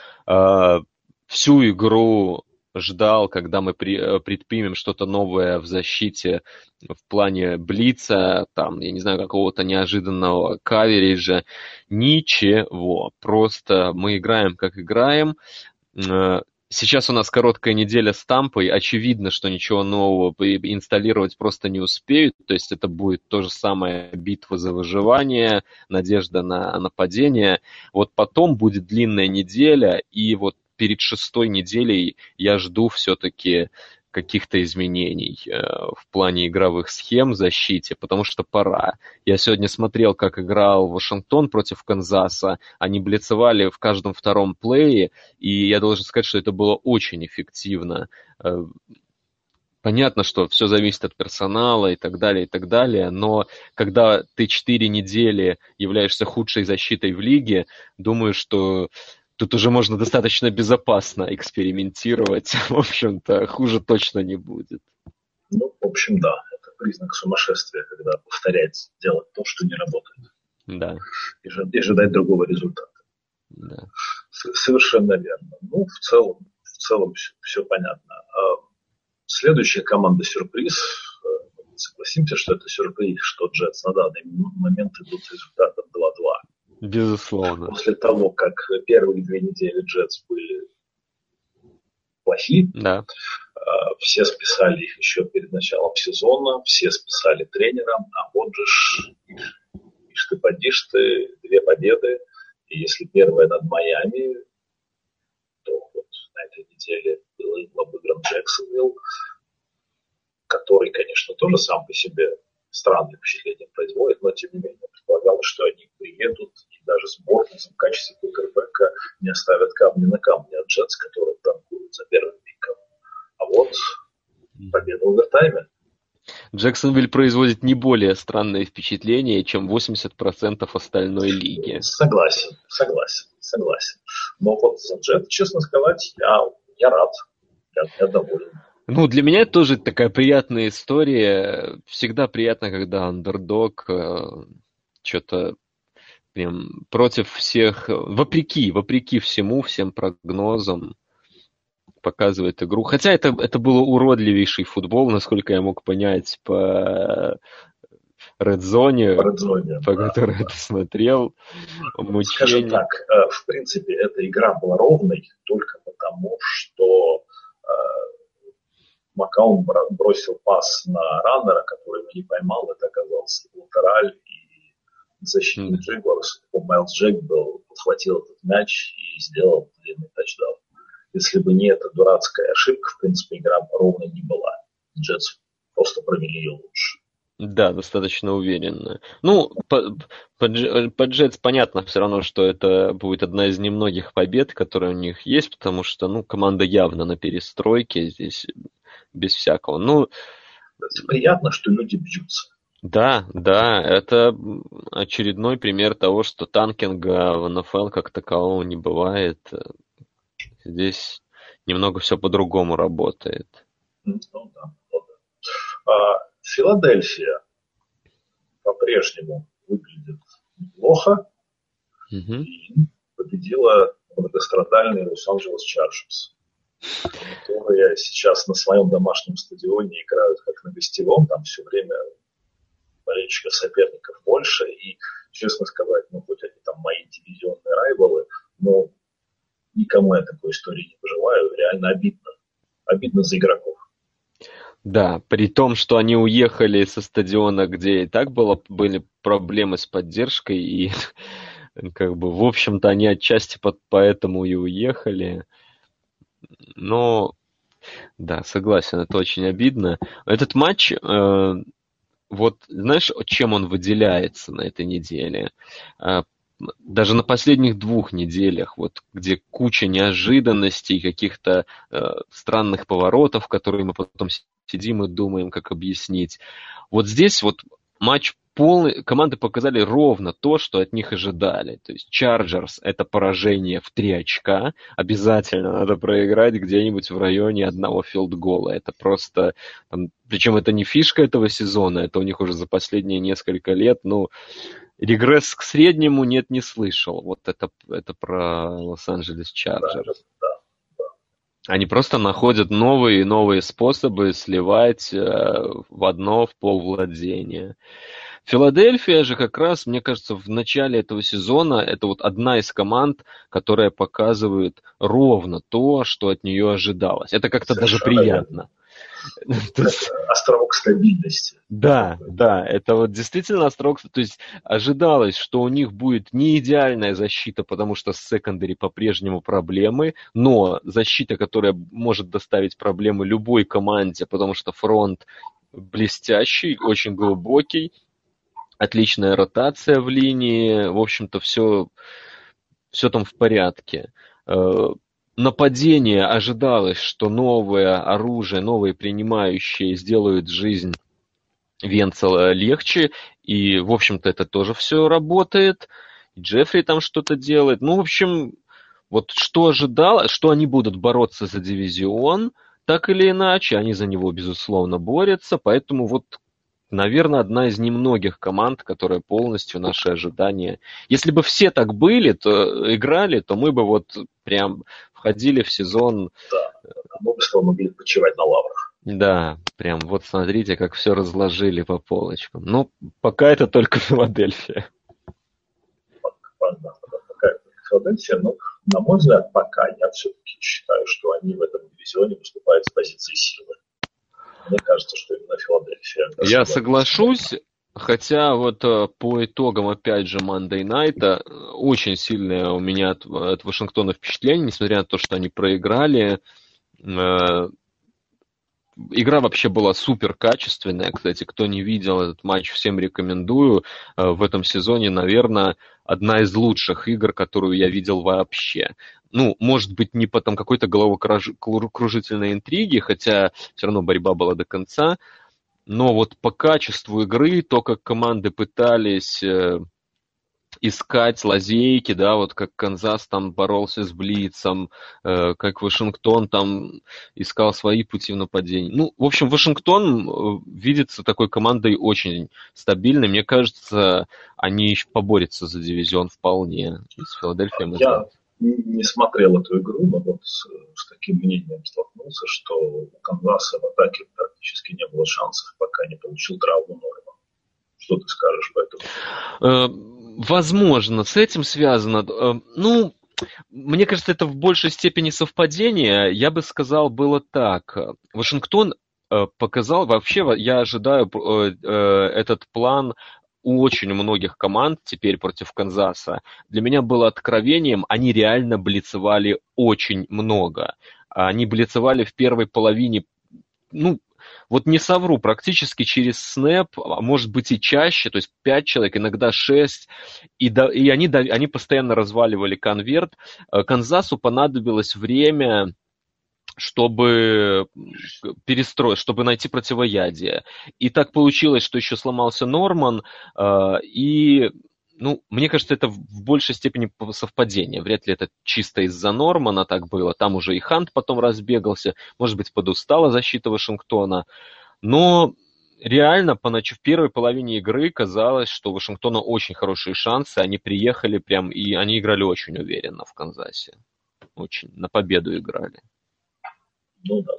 Всю игру ждал, когда мы предпримем что-то новое в защите в плане блица, там, я не знаю, какого-то неожиданного кавериджа. Ничего. Просто мы играем, как играем. Сейчас у нас короткая неделя с Тампой. Очевидно, что ничего нового инсталлировать просто не успеют. То есть это будет то же самое битва за выживание, надежда на нападение. Вот потом будет длинная неделя, и вот перед 6-й неделей я жду все-таки каких-то изменений в плане игровых схем в защите, потому что пора. Я сегодня смотрел, как играл Вашингтон против Канзаса. Они блицевали в каждом втором плее, и я должен сказать, что это было очень эффективно. Понятно, что все зависит от персонала и так далее, но когда ты 4 недели являешься худшей защитой в лиге, думаю, что тут уже можно достаточно безопасно экспериментировать. В общем-то, хуже точно не будет. В общем, да. Это признак сумасшествия, когда повторять, делать то, что не работает, Да, и ожидать другого результата. да. Совершенно верно. Ну, в целом все понятно. Следующая команда сюрприз. Согласимся, что это сюрприз, что Джетс на данный момент идут с результатом 2-2. Безусловно. После того, как первые 2 недели Джетс были плохи, Да. все списали их еще перед началом сезона, все списали тренерам, а вот же ишь ты подишь ты, 2 победы, и если первая над Майами, то вот на этой неделе был обыгран Джексонвилл, который, конечно, тоже сам по себе странное впечатление производит, но тем не менее предполагалось, что они приедут и даже с Бортнесом в качестве кутербека не оставят камня на камне от Джетс, которые танкуют за первым пиком. А вот победа в овертайме. Джексонвилл производит не более странное впечатление, чем 80% остальной лиги. Согласен. Но вот за Джет, честно сказать, я рад, я доволен. Ну, для меня это тоже такая приятная история. Всегда приятно, когда андердог что-то прям против всех, вопреки всему, всем прогнозам показывает игру. Хотя это был уродливейший футбол, насколько я мог понять по Red Zone, по которой я смотрел. Скажем так, в принципе, эта игра была ровной только потому, что Макаун бросил пас на раннера, который его не поймал. Это оказался латераль, и защитник Джегуарс, Майлз Джек подхватил этот мяч и сделал длинный тачдаун. Если бы не эта дурацкая ошибка, в принципе, игра ровной не была. Джетс просто провели ее лучше. Да, достаточно уверенно. Ну, по Джетс понятно все равно, что это будет одна из немногих побед, которые у них есть, потому что, ну, команда явно на перестройке здесь без всякого. Ну, приятно, что люди бьются. Да, это очередной пример того, что танкинга в НФЛ как такового не бывает. Здесь немного все по-другому работает. Ну да. Филадельфия по-прежнему выглядит неплохо и победила многострадальный Лос-Анджелес Чарджерс, которые сейчас на своем домашнем стадионе играют как на гостевом, там все время болельщиков соперников больше, и, честно сказать, ну, хоть они там мои дивизионные райвалы, но никому я такой истории не пожелаю, реально обидно. Обидно за игроков. Да, при том, что они уехали со стадиона, где и так были проблемы с поддержкой, и как бы, в общем-то, они отчасти поэтому и уехали. Но, да, согласен, это очень обидно. Этот матч, вот, знаешь, чем он выделяется на этой неделе? Даже на последних 2 неделях, вот, где куча неожиданностей, каких-то странных поворотов, которые мы потом сидим и думаем, как объяснить. Вот здесь вот матч полный, команды показали ровно то, что от них ожидали. То есть Chargers — это поражение в 3 очка. Обязательно надо проиграть где-нибудь в районе 1 филд-гола. Это просто... Причем это не фишка этого сезона, это у них уже за последние несколько лет. Ну, регресс к среднему нет, не слышал. Вот это про Лос-Анджелес Чарджерс. Они просто находят новые и новые способы сливать в одно в полвладения. Филадельфия же как раз, мне кажется, в начале этого сезона это вот одна из команд, которая показывает ровно то, что от нее ожидалось. Это как-то даже приятно. Островок стабильности. Да, это вот действительно островок. То есть ожидалось, что у них будет не идеальная защита, потому что с секондари по-прежнему проблемы, но защита, которая может доставить проблемы любой команде, потому что фронт блестящий, очень глубокий, отличная ротация в линии, в общем-то, все там в порядке. Нападение ожидалось, что новое оружие, новые принимающие сделают жизнь Венцела легче, и, в общем-то, это тоже все работает. Джеффри там что-то делает. Ну, в общем, вот что ожидалось, что они будут бороться за дивизион, так или иначе, они за него, безусловно, борются, поэтому вот наверное, одна из немногих команд, которая полностью наши ожидания. Если бы все так были, то играли, то мы бы вот прям входили в сезон. Да, мы бы снова могли почивать на лаврах. Да, прям вот смотрите, как все разложили по полочкам. Но пока это только Филадельфия. Пока это Филадельфия, но, на мой взгляд, пока я все-таки считаю, что они в этом дивизионе выступают с позиции силы. Мне кажется, что именно Филадельфия. Я соглашусь, хотя вот по итогам, опять же, Monday Night очень сильное у меня от Вашингтона впечатление, несмотря на то, что они проиграли. Игра вообще была супер качественная. Кстати, кто не видел этот матч, всем рекомендую. В этом сезоне, наверное, одна из лучших игр, которую я видел вообще. Ну, может быть, не по там какой-то головокружительной интриге, хотя все равно борьба была до конца. Но вот по качеству игры, то, как команды пытались искать лазейки, да, вот как Канзас там боролся с Блицем, как Вашингтон там искал свои пути в нападении. Ну, в общем, Вашингтон видится такой командой очень стабильной. Мне кажется, они еще поборются за дивизион вполне. С Филадельфией мы Я не смотрел эту игру, но вот с таким мнением столкнулся, что у Канзаса в атаке практически не было шансов, пока не получил травму Норман. Что ты скажешь по этому? Возможно, с этим связано. Ну, мне кажется, это в большей степени совпадение. Я бы сказал, было так. Вашингтон показал, вообще, я ожидаю этот план у очень многих команд теперь против Канзаса. Для меня было откровением, они реально блицевали очень много. Они блицевали в первой половине, ну, вот не совру, практически через снэп, а может быть и чаще, то есть 5 человек, иногда 6, и они постоянно разваливали конверт. Канзасу понадобилось время, чтобы перестроить, чтобы найти противоядие. И так получилось, что еще сломался Норман, и ну, мне кажется, это в большей степени совпадение. Вряд ли это чисто из-за Нормана так было. Там уже и Хант потом разбегался. Может быть, подустала защита Вашингтона. Но реально в первой половине игры казалось, что у Вашингтона очень хорошие шансы. Они приехали прям, и они играли очень уверенно в Канзасе. Очень. На победу играли. Ну да.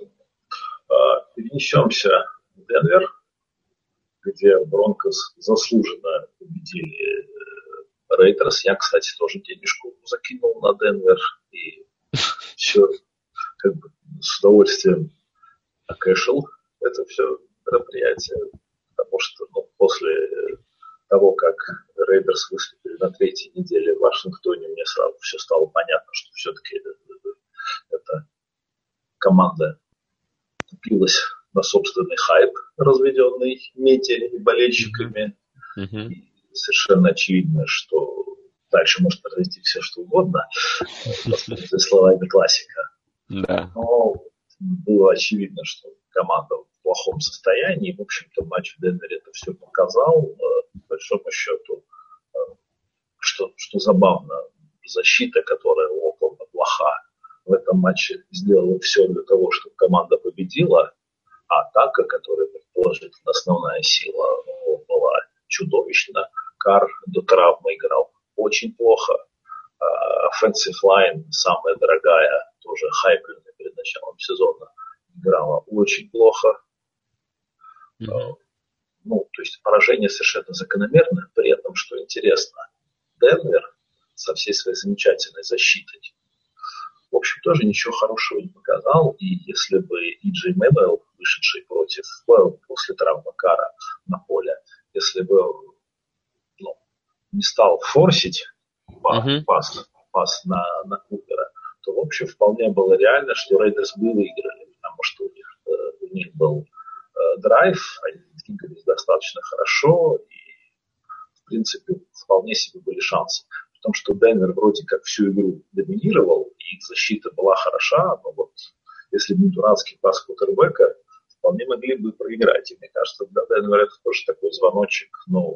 Перенесемся в Денвер, где Бронкос заслуженно победили Рейдерс. Я, кстати, тоже денежку закинул на Денвер и все как бы с удовольствием окэшил это все мероприятие, потому что после того, как Рейдерс выступили на третьей неделе в Вашингтоне, мне сразу все стало понятно, что все-таки эта команда купилась на собственный хайп, разведенный медиа и болельщиками. Mm-hmm. И совершенно очевидно, что дальше может произойти все, что угодно. Воспользуясь словами классика. Да. Но было очевидно, что команда в плохом состоянии. В общем-то, матч в Денвере это все показал. По большому счету, что забавно, защита, которая около плоха, в этом матче сделала все для того, чтобы команда победила, а атака, которая предположительно основная сила, была чудовищна. Карр до травмы играл очень плохо. Offensive line, самая дорогая, тоже хайпленная перед началом сезона, играла очень плохо. Mm-hmm. Ну, то есть поражение совершенно закономерно. При этом, что интересно, Денвер со всей своей замечательной защитой, в общем, тоже ничего хорошего не показал. И если бы Иджей Мэнуэлл, вышедший после травмы Карра на поле, если бы не стал форсить пас на Купера, то, в общем, вполне было реально, что Рейдерс бы выиграли, потому что у них был драйв, они двигались достаточно хорошо, и, в принципе, вполне себе были шансы. Потому что Денвер вроде как всю игру доминировал, и их защита была хороша, но вот если бы не дурацкий пас квотербека, вполне могли бы проиграть. И мне кажется, для Денвера это тоже такой звоночек,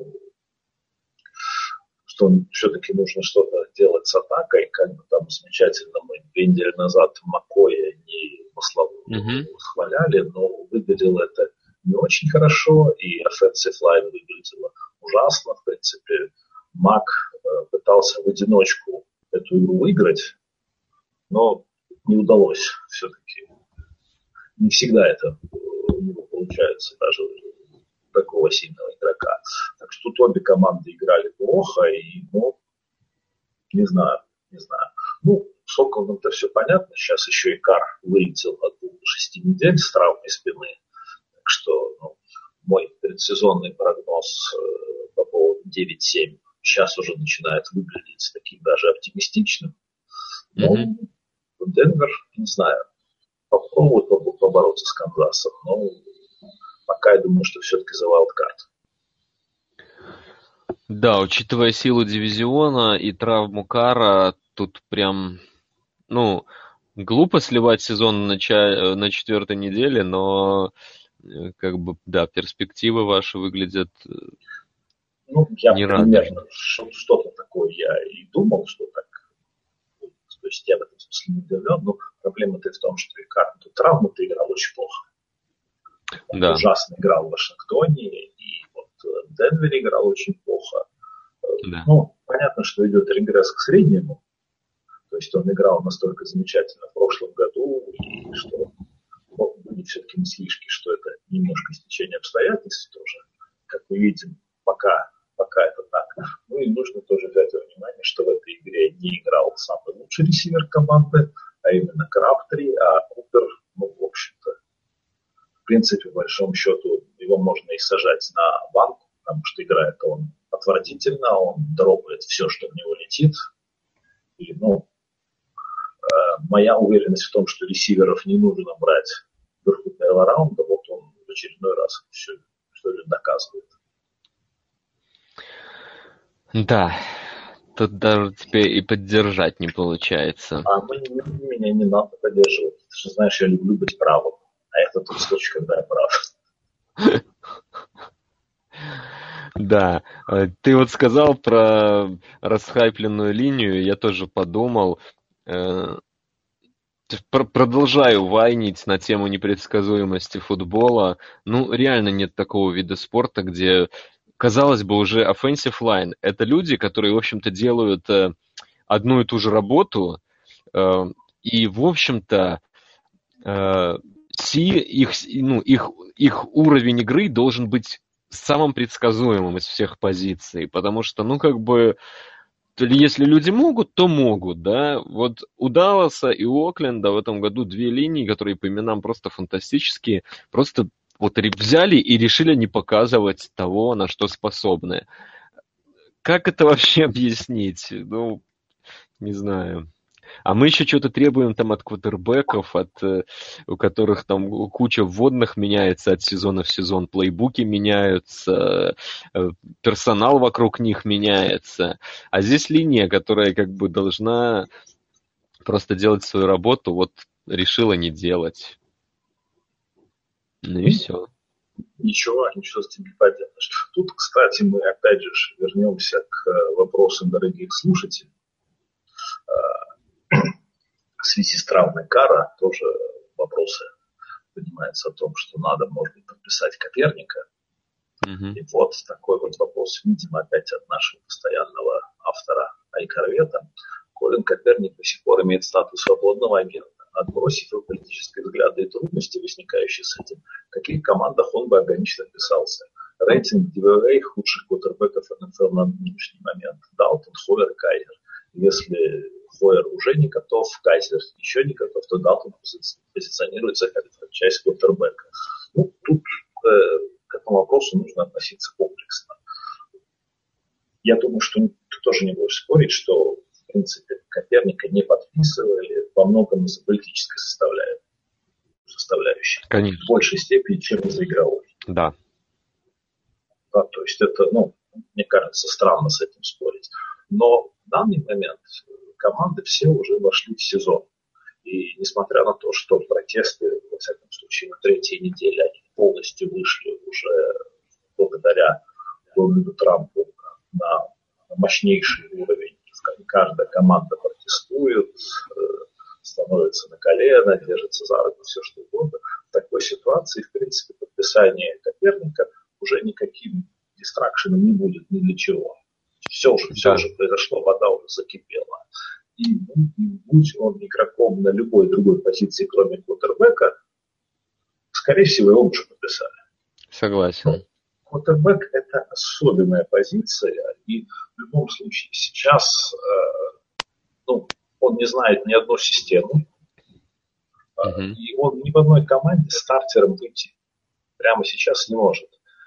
что все-таки нужно что-то делать с атакой, как бы там замечательно мы 2 недели назад Маккоя не хваляли, но выглядело это не очень хорошо, и offensive line выглядела ужасно. В принципе, Мак пытался в одиночку эту игру выиграть, но не удалось все-таки. Не всегда это у него получается, даже у такого сильного игрока. Так что тут обе команды играли плохо, и, не знаю. С Оклендом-то все понятно. Сейчас еще и Карр вылетел от 6 недель с травмой спины. Так что мой предсезонный прогноз по поводу 9-7 сейчас уже начинает выглядеть таким даже оптимистичным. Но Денвер, не знаю, попробует побороться с Канзасом, но пока я думаю, что все-таки за вайлдкарт. Да, учитывая силу дивизиона и травму Карра, тут прям, глупо сливать сезон на 4-й неделе, но перспективы ваши выглядят я нерадужно. Примерно что-то такое я и думал, что так. То есть я в этом смысле не удивлен, но проблема-то в том, что и Карр травму-то играл очень плохо. Он ужасно играл в Вашингтоне, и в Денвере играл очень плохо. Да. Понятно, что идет регресс к среднему. То есть он играл настолько замечательно в прошлом году, и что будет все-таки не слишком, что это немножко стечение обстоятельств тоже. Как мы видим, пока это так. И нужно тоже взять во внимание, что в этой игре не играл самый лучший ресивер команды, а именно Краптри, а Купер, в общем-то, в принципе, по большому счету, его можно и сажать на банку, потому что играет он отвратительно, он дропает все, что в него летит. И, моя уверенность в том, что ресиверов не нужно брать вверху первого раунда, он в очередной раз все что ли доказывает. Да, тут даже теперь и поддержать не получается. Меня не надо поддерживать. Ты же знаешь, я люблю быть правым. А это тот случай, когда я прав. Да, ты сказал про расхайпленную линию, я тоже подумал. Продолжаю вайнить на тему непредсказуемости футбола. Реально нет такого вида спорта, где, казалось бы, уже offensive line — это люди, которые, в общем-то, делают одну и ту же работу, и, в общем-то, их уровень игры должен быть самым предсказуемым из всех позиций, потому что, если люди могут, то могут, да. У Далласа и у Окленда в этом году две линии, которые по именам просто фантастические, просто взяли и решили не показывать того, на что способны. Как это вообще объяснить? Не знаю. А мы еще что-то требуем там от квотербеков, у которых там куча вводных меняется от сезона в сезон, плейбуки меняются, персонал вокруг них меняется. А здесь линия, которая должна просто делать свою работу, решила не делать. И все. Ничего с этим не поделаешь. Тут, кстати, мы опять же вернемся к вопросам дорогих слушателей. В связи с травмой Карра тоже вопросы поднимаются о том, что надо, может быть, подписать Коперника. И такой вопрос, видимо, опять от нашего постоянного автора Айкорвета. Колин Коперник до сих пор имеет статус свободного агента. Отбросив его политические взгляды и трудности, возникающие с этим, в каких командах он бы органично вписался? Рейтинг DVOA худших квотербеков НФЛ на нынешний момент. Далтон, Хойер, Кайзер. Если Хойер уже не готов, Кайзер еще не готов, то Далтон позиционируется как часть квотербека. Тут к этому вопросу нужно относиться комплексно. Я думаю, что ты тоже не будешь спорить, что в принципе Коперника не подписывали во многом из-за политической составляющей. Конечно. В большей степени, чем из-за игровой. Да. То есть это, мне кажется, странно с этим спорить. Но в данный момент команды все уже вошли в сезон. И несмотря на то, что протесты, во всяком случае, на третьей неделе они полностью вышли уже благодаря Дональду Трампу на мощнейший уровень. Каждая команда протестует, становится на колено, держится за руку, все что угодно. В такой ситуации, в принципе, подписание Коперника уже никаким дистракшеном не будет ни для чего. Все уже произошло, вода уже закипела. И будь он игроком на любой другой позиции, кроме квотербека, скорее всего, его уже подписали. Согласен. Квотербек – это особенная позиция, и в любом случае сейчас он не знает ни одной системы, и он ни в одной команде стартером быть прямо сейчас не может.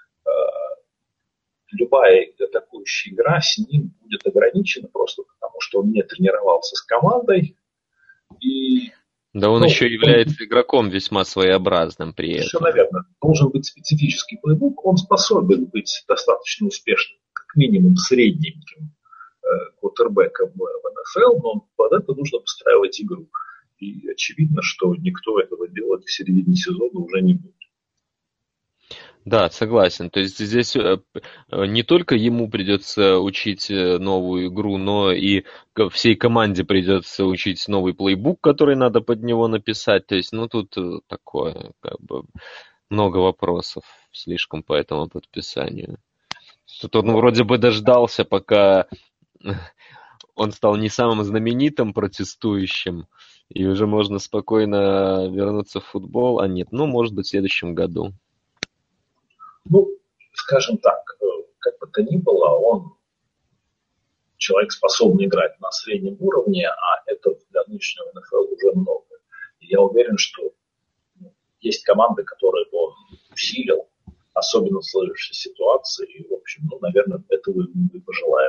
Любая атакующая игра с ним будет ограничена просто потому, что он не тренировался с командой. Да он еще является игроком весьма своеобразным при этом. Совершенно верно. Должен быть специфический плейбук, он способен быть достаточно успешным, как минимум средненьким квотербеком в НФЛ, но под это нужно постраивать игру. И очевидно, что никто этого делать в середине сезона уже не будет. Да, согласен. То есть здесь не только ему придется учить новую игру, но и всей команде придется учить новый плейбук, который надо под него написать. То есть, тут такое, много вопросов слишком по этому подписанию. Тут он вроде бы дождался, пока он стал не самым знаменитым протестующим, и уже можно спокойно вернуться в футбол. А нет, может быть, в следующем году. Скажем так, как бы то ни было, он человек, способный играть на среднем уровне, а это для нынешнего НФЛ уже много. И я уверен, что есть команды, которые бы он усилил, особенно в сложившейся ситуации. И, в общем, наверное, этого и пожелаем.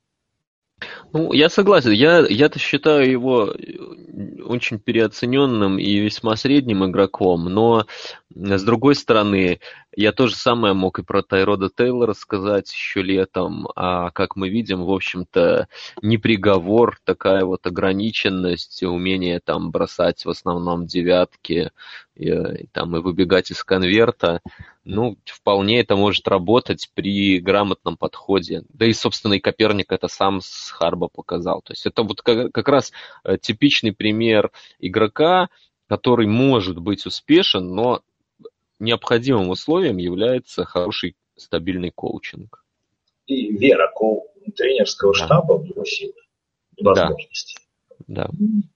Я согласен. Я-то считаю его очень переоцененным и весьма средним игроком, но с другой стороны, я то же самое мог и про Тайрода Тейлора сказать еще летом, а как мы видим, в общем-то, не приговор, такая вот ограниченность, умение там бросать в основном девятки и выбегать из конверта, вполне это может работать при грамотном подходе. Да и, собственно, и Коперник это сам с Харбо показал. То есть это вот как раз типичный пример игрока, который может быть успешен, но необходимым условием является хороший стабильный коучинг. И вера тренерского штаба в его силы и возможности. Да.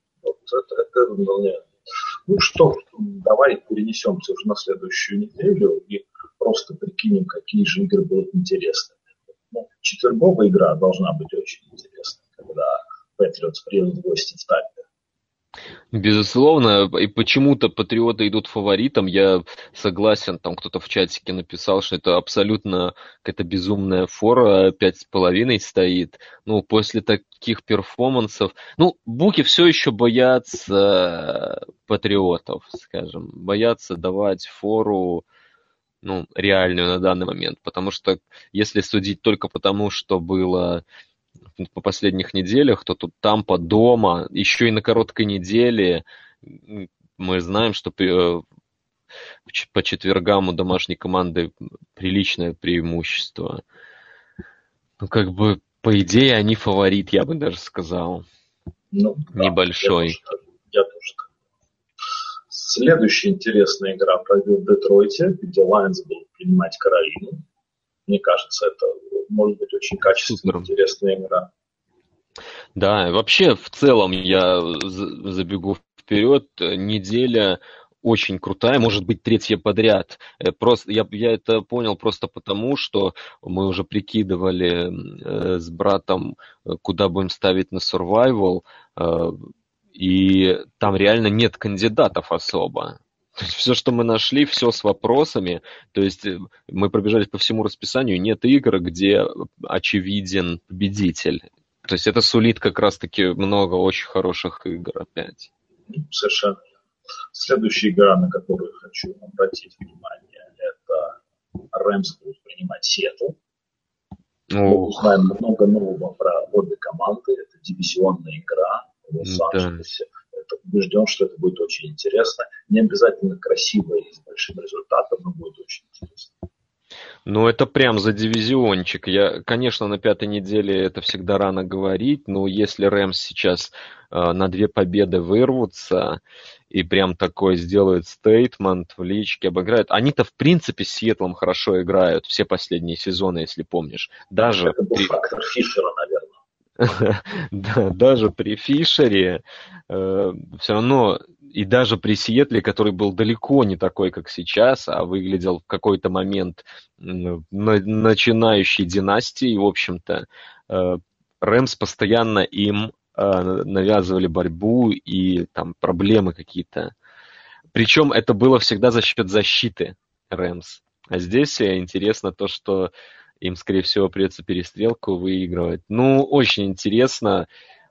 Давай перенесемся уже на следующую неделю и просто прикинем, какие же игры будут интересны. Четверговая игра должна быть очень интересной, когда Патриотс приедут в гости в Тампе. Безусловно, и почему-то патриоты идут фаворитом. Я согласен, там кто-то в чатике написал, что это абсолютно какая-то безумная фора, 5,5 стоит. После таких перформансов. Буки все еще боятся патриотов, скажем, боятся давать фору реальную на данный момент, потому что если судить только потому, что было по последних неделях, то тут Тампа дома, еще и на короткой неделе. Мы знаем, что по четвергам у домашней команды приличное преимущество. По идее, они фаворит, я бы даже сказал. Небольшой. Я тоже. Следующая интересная игра пройдет в Детройте, где Лайонс будут принимать Каролину. Мне кажется, это может быть очень качественная, интересная игра. Да, вообще в целом я забегу вперед. Неделя очень крутая, может быть, третья подряд. Просто я это понял просто потому, что мы уже прикидывали с братом, куда будем ставить на survival, и там реально нет кандидатов особо. Все, что мы нашли, все с вопросами. То есть мы пробежались по всему расписанию, нет игр, где очевиден победитель. То есть это сулит как раз-таки много очень хороших игр опять. Совершенно. Следующая игра, на которую хочу обратить внимание, это Рэмс будут принимать Сиэтл. Мы узнаем много нового про обе команды. Это дивизионная игра в Лос-Анджелесе. Убежден, что это будет очень интересно. Не обязательно красиво и с большим результатом, но будет очень интересно. Ну, это прям за дивизиончик. Конечно, на пятой неделе это всегда рано говорить, но если Рэмс сейчас на 2 победы вырвутся и прям такой сделают стейтмент в личке, обыграют. Они-то, в принципе, с Сиэтлом хорошо играют все последние сезоны, если помнишь. Даже Это был фактор Фишера, наверное. Да, даже при Фишере все равно, и даже при Сиэтле, который был далеко не такой, как сейчас, а выглядел в какой-то момент начинающей династией, в общем-то, Рэмс постоянно им навязывали борьбу и там проблемы какие-то. Причем это было всегда за счет защиты Рэмс. А здесь интересно то, что им, скорее всего, придется перестрелку выигрывать. Ну, очень интересно.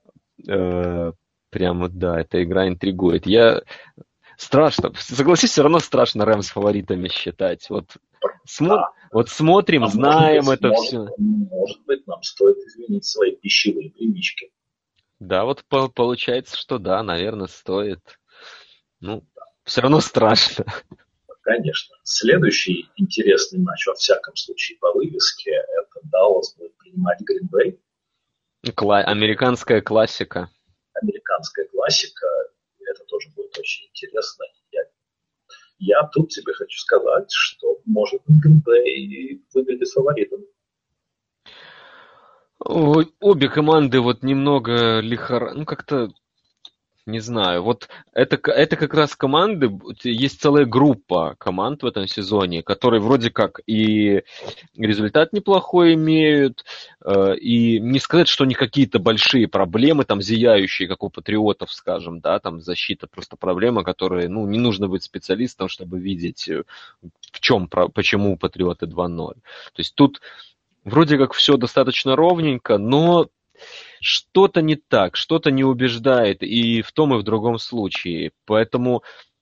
Прямо, да, эта игра интригует. Страшно. Согласись, все равно страшно Рэмс фаворитами считать. Вот смотрим, знаем это все. Может быть, нам стоит изменить свои пищевые привычки. Да, вот получается, что да, наверное, стоит. Ну, все равно страшно. Конечно. Следующий интересный матч, во всяком случае, по вывеске, это Даллас будет принимать Грин Бэй. Американская классика. Американская классика. Это тоже будет очень интересно. Я тут тебе хочу сказать, что, может быть, Грин Бэй выглядит фаворитом. Обе команды вот немного ну как-то, не знаю, вот это как раз команды, есть целая группа команд в этом сезоне, которые вроде как и результат неплохой имеют, и не сказать, что они какие-то большие проблемы, там, зияющие, как у Патриотов, скажем, да, там, защита просто проблема, которые, ну, не нужно быть специалистом, чтобы видеть, почему Патриоты 2-0. То есть тут вроде как все достаточно ровненько, но что-то не так, что-то не убеждает и в том, и в другом случае. Поэтому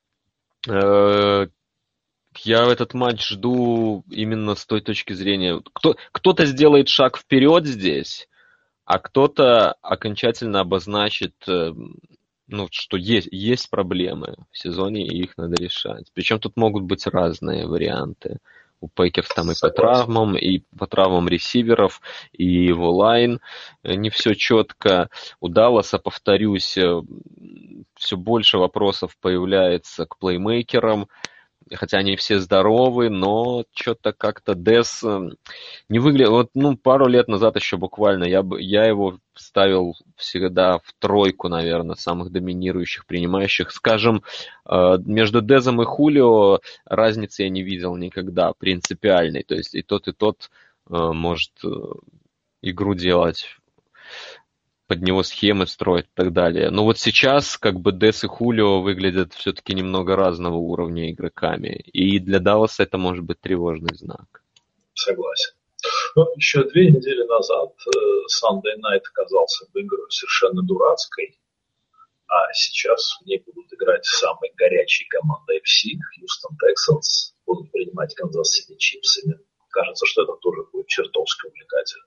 я этот матч жду именно с той точки зрения. Кто-то сделает шаг вперед здесь, а кто-то окончательно обозначит, ну, что есть проблемы в сезоне, и их надо решать. Причем тут могут быть разные варианты. У Пейкерс там и по травмам ресиверов, и его лайн не все четко. У Далласа, повторюсь, все больше вопросов появляется к плеймейкерам, хотя они все здоровы, но что-то как-то Дес не выглядит. Вот, ну, пару лет назад еще буквально я его ставил всегда в тройку, наверное, самых доминирующих, принимающих. Скажем, между Дезом и Хулио разницы я не видел никогда принципиальной. То есть и тот может игру делать, под него схемы строить и так далее. Но вот сейчас как бы Дес и Хулио выглядят все-таки немного разного уровня игроками. И для Далласа это может быть тревожный знак. Согласен. Но еще 2 недели назад Sunday Night оказался в игру совершенно дурацкой, а сейчас в ней будут играть самые горячие команды FC, Houston Texans, будут принимать Канзас-Сити Чифсами. Кажется, что это тоже будет чертовски увлекательно.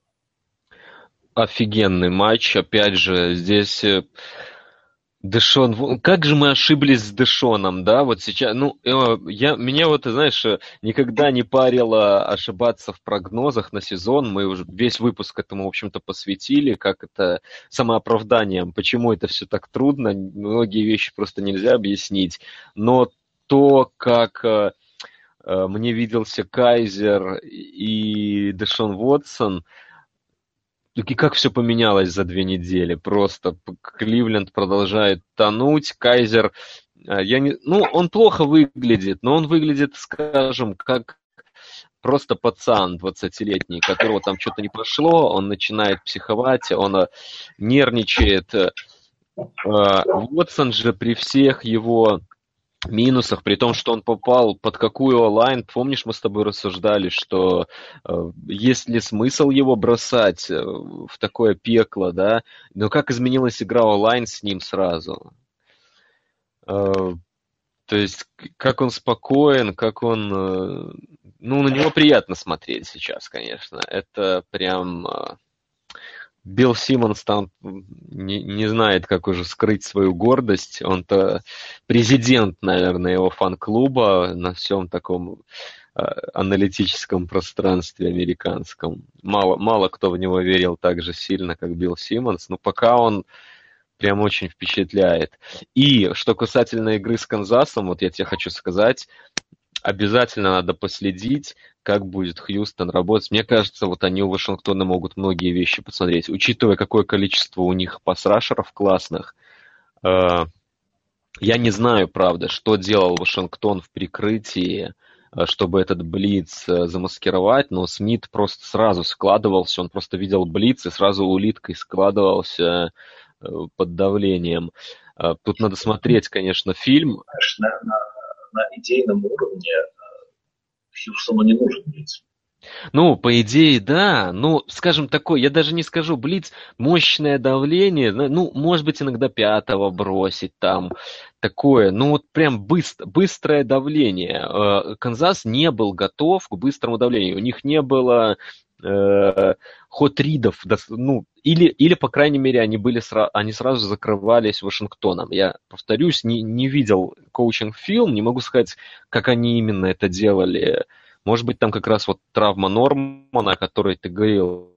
Офигенный матч. Опять же, здесь Дэшон, как же мы ошиблись с Дэшоном, да, вот сейчас, ну, меня вот, ты знаешь, никогда не парило ошибаться в прогнозах на сезон, мы уже весь выпуск этому, в общем-то, посвятили, как это самооправданием, почему это все так трудно, многие вещи просто нельзя объяснить, но то, как мне виделся Кайзер и Дэшон Уотсон, и как все поменялось за 2 недели. Просто Кливленд продолжает тонуть. Кайзер, он плохо выглядит, но он выглядит, скажем, как просто пацан 20-летний, которого там что-то не пошло, он начинает психовать, он нервничает. Уотсон же при всех его минусах, при том, что он попал под какую онлайн, помнишь, мы с тобой рассуждали, что есть ли смысл его бросать в такое пекло, да, но как изменилась игра онлайн с ним сразу. То есть, как он спокоен, как он... Ну, на него приятно смотреть сейчас, конечно. Это прям... Билл Симмонс там не знает, как уже скрыть свою гордость. Он-то президент, наверное, его фан-клуба на всем таком аналитическом пространстве американском. Мало кто в него верил так же сильно, как Билл Симмонс, но пока он прям очень впечатляет. И что касательно игры с Канзасом, вот я тебе хочу сказать, обязательно надо последить, как будет Хьюстон работать. Мне кажется, вот они у Вашингтона могут многие вещи посмотреть. Учитывая, какое количество у них пас-рашеров классных, я не знаю, правда, что делал Вашингтон в прикрытии, чтобы этот блиц замаскировать, но Смит просто сразу складывался, он просто видел блиц и сразу улиткой складывался под давлением. Тут надо смотреть, конечно, фильм. На идейном уровне Хьюстону не нужен блиц. Ну, по идее, да. Ну, скажем, такой, я даже не скажу блиц, мощное давление, ну, может быть, иногда пятого бросить там, такое, ну, вот прям быстрое давление. Канзас не был готов к быстрому давлению, у них не было хот-ридов, ну, или, по крайней мере, они сразу закрывались Вашингтоном. Я повторюсь, не видел коучинг-фильм, не могу сказать, как они именно это делали. Может быть, там как раз вот травма Нормана, о которой ты говорил,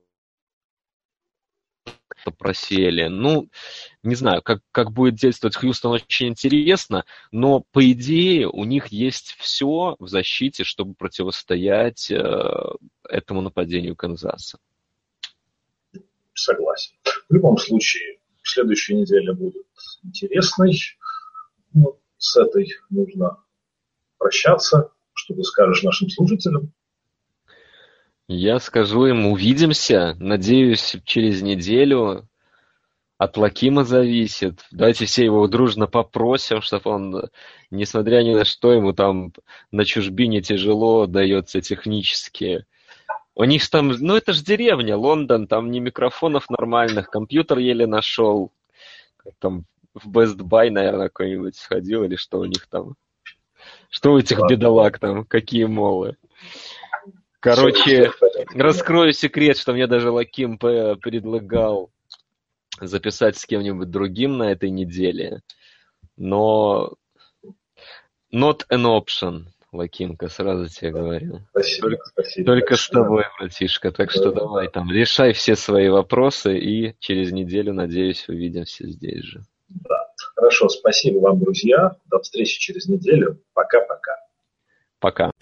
просели. Ну, не знаю, как будет действовать Хьюстон, очень интересно, но, по идее, у них есть все в защите, чтобы противостоять этому нападению Канзаса. Согласен. В любом случае, следующая неделя будет интересной. Ну, с этой нужно прощаться. Что ты скажешь нашим слушателям? Я скажу им, увидимся. Надеюсь, через неделю. От Лакима зависит. Давайте все его дружно попросим, чтобы он, несмотря ни на что, ему там на чужбине тяжело дается технически. У них там, ну это же деревня, Лондон, там ни микрофонов нормальных, компьютер еле нашел. Там в Best Buy, наверное, какой-нибудь сходил, или что у них там. Что у этих бедолаг там, какие молы. Короче, раскрою секрет, что мне даже Лаким предлагал записать с кем-нибудь другим на этой неделе. Но not an option, Лакимка, сразу тебе говорю. Спасибо. Только с тобой, братишка. Так что давай там, решай все свои вопросы и через неделю, надеюсь, увидимся здесь же. Да. Хорошо, спасибо вам, друзья. До встречи через неделю. Пока-пока. Пока.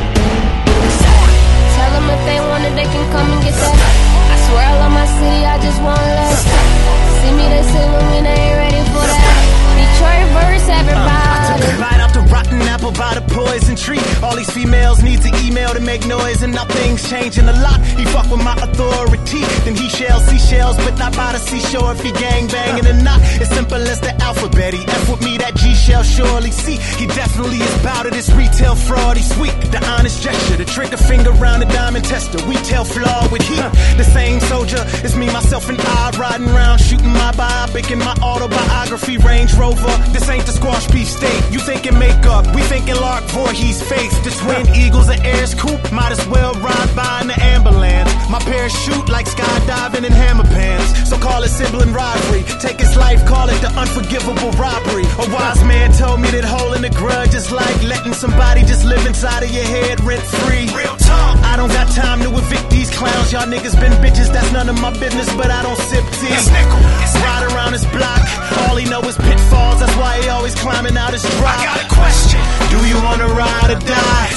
Tell them if they want it, they can come and get that. I swear I love my city, I just want less. See me, they say when we ain't ready for that. Detroit verse, everybody. I took a bite off the rotten apple by the poison tree. All these females need to email to make noise, and now things changing a lot. He fuck with my authority, then he shells seashells, but not by the seashore if he gang banging or not. It's simple as the alphabet. He F with me, that G shall surely see. He definitely is bout it. It's retail fraud. He's sweet, the honest gesture, the trigger finger round the diamond tester. We tell flaw with heat. The same soldier is me, myself, and I riding around shooting my biopic in my autobiography Range Rover. This ain't the squash beef steak. You thinking makeup, we thinking Lark Voorhees face. The twin eagles of Ayers Coupe, might as well ride by in the ambulance. My parachute like skydiving in hammer pants. So call it sibling rivalry. Take his life, call it the unforgivable robbery. A wise man told me that holding a grudge is like letting somebody just live inside of your head rent free. Real talk. I don't got time to evict these clowns. Y'all niggas been bitches, that's none of my business, but I don't sip tea. Ride around his block, all he know is pitfalls. That's why he always climbing out his drop. I got a question. Do you wanna ride or die?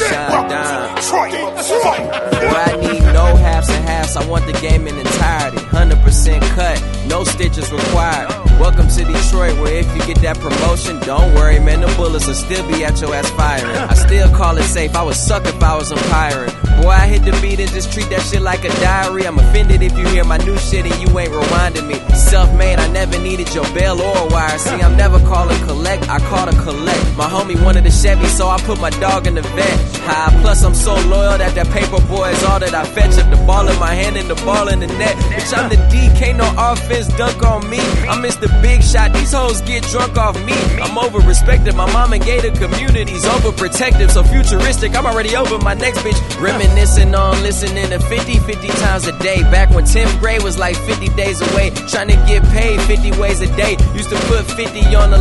Boy, I need no halves and halves. I want the game in entirety. 100% cut, no stitches required. Welcome to Detroit, where if you get that promotion, don't worry, man, the bullets will still be at your ass firing. I still call it safe, I would suck if I was umpiring. Boy, I hit the beat and just treat that shit like a diary. I'm offended if you hear my new shit and you ain't rewinding me. Self-made, I never needed your bell or a wire. See, I'm never calling collect, I call to collect. My homie wanted a Chevy, so I put my dog in the vet. High, plus I'm so loyal that paper boy is all that I fetch. If the ball in my hand and the ball in the net, bitch, I'm the D, can't no offense dunk on me. I'm Mr. Big Shot, these hoes get drunk off me. I'm over-respected, my mom and gated communities overprotective, so futuristic, I'm already over my next bitch. Reminiscing on listening to 50 times a day. Back when 10th grade was like 50 days away. Trying to get paid 50 ways a day. Used to put 50 on the layaway.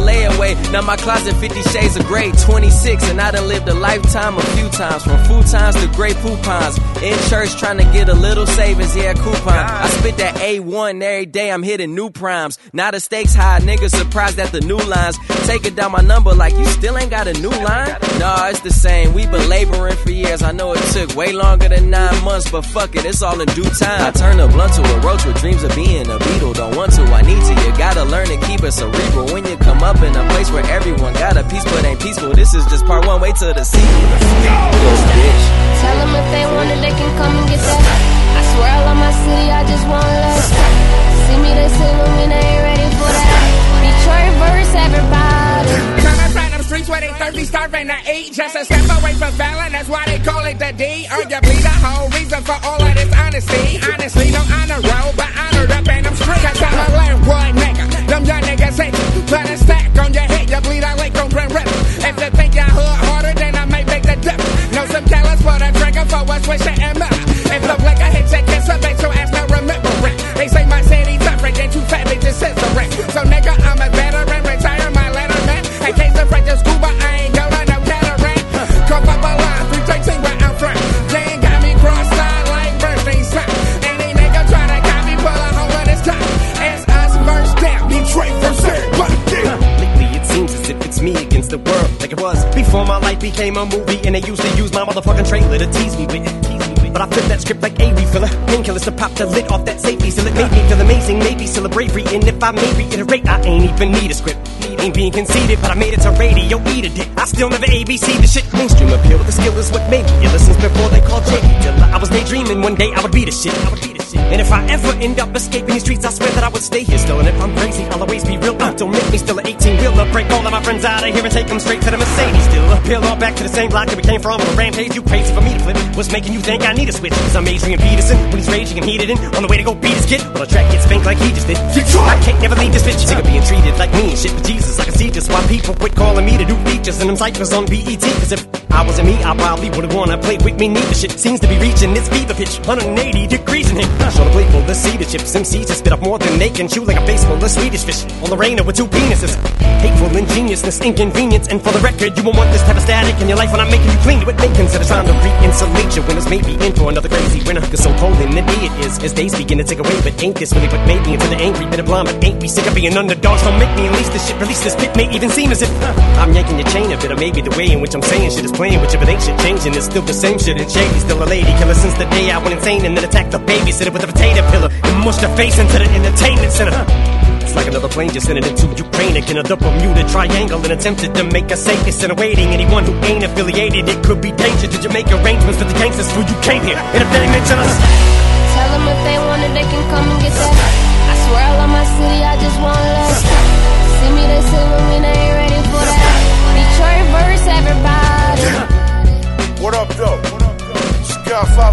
way. Now my closet 50 shades of gray, 26, and I done lived a lifetime a few times. From futons to gray poupons. In church trying to get a little savings, yeah, coupon. I spit that A1 every day, I'm hitting new primes. Now the stakes high, niggas surprised at the new lines. Taking down my number like you still ain't got a new line? Nah, it's the same, we been laboring for years. I know it took way longer than 9 months, but fuck it, it's all in due time. I turn a blunt to a roach with dreams of being a beetle. Don't want to, I need to, you gotta learn to keep it cerebral. When you come up in a place where everyone got a piece but ain't peaceful, this is just part one, wait till the sequel. Yo, bitch. Tell them if they want it, they can come and get that. I swear I love my city, I just want less. See me, they salute me, they ain't ready for that. Detroit verse, everybody. Coming from them streets where they thirsty, starving to eat. Just a step away from violence, that's why they call it the D. Arguably the whole reason for all of this honesty. Honestly, no honor roll, but honored up in them streets. Cause I'm a landwood nigga, them young niggas hate you. Put a stack on your head, you bleed out like on Grand River. If you think y'all hood harder, then I might make the dip. Know some killers for the trigger for a switch and up. If the blick I hit your kiss, I bet your ass not remember it. They say my city tougher, ain't too fat, they just censoring. So nigga, I'm a veteran, retire my letterman. In case the French is scuba, I ain't go to no cataract. Come up a line, 313 where I'm from. They ain't got me cross-eyed like Bernstein son. Any nigga try to copy, pull a hole in his top. It's us first down, Detroit first down. Lately it seems as if it's me against the world, like it was before my life became a movie. And they used to use my motherfucking trailer to tease me with. But I flipped that script like a refiller. Painkillers to pop the lid off that safety. Still it made me feel amazing, maybe still a bravery. And if I may reiterate, I ain't even need a script. Ain't being conceited, but I made it to radio, eat a dick. I still never ABC the shit. Mainstream appeal, the skill is what made me ill since before they called J. Dilla. I was daydreaming one day I would be the shit. And if I ever end up escaping these streets, I swear that I would stay here still. And if I'm crazy, I'll always be real. Don't make me still an 18-wheeler. Break all of my friends out of here and take them straight to the Mercedes. Still appeal all back to the same block that we came from. On a rampage, you crazy for me to flip. What's making you think I need a switch? Cause I'm Adrian Peterson when he's raging and heated in. On the way to go beat his kid. Well, the track gets spanked like he just did. I can't never leave this bitch. Sick of being treated like me and shit. But Jesus, I can see just why people quit calling me to do features and them cyphers on BET. Cause if I wasn't me, I probably would've wanna play with me. Neither shit seems to be reaching its fever pitch. 180 degrees in here. Show the playful, the cedar chips. MCs just spit up more than they can chew like a face full of Swedish fish. On the Rainer with 2 penises. Hateful ingeniousness, inconvenience. And for the record, you won't want this type of static in your life when I'm making you clean it with bacon. Instead of trying to re-insulate your winners, maybe in for another crazy winter. Cause so cold in the day it is, as days begin to take away. But ain't this really what made me into the angry bit of blonde? But ain't we sick of being underdogs? Don't make me unleash this shit, release this pit. May even seem as if I'm yanking your chain a bit, or maybe the way in which I'm saying shit is playing with you. But ain't shit changing, it's still the same shit. And Shady's still a lady killer since the day I went insane and then attacked the babysitter with a potato pillar and mushed her face into the entertainment center. It's like another plane just entered into Ukraine again, the Bermuda Triangle, and attempted to make us safe. Incinerating anyone who ain't affiliated. It could be danger. Did you make arrangements with the gangsters who you came here? And if they mention us, Tell them if they want it, they can come and get that. I swear I love my city, I just want less. See me, they salute me, they ain't ready for that. Detroit verse, everybody. What up, though? Sky 5.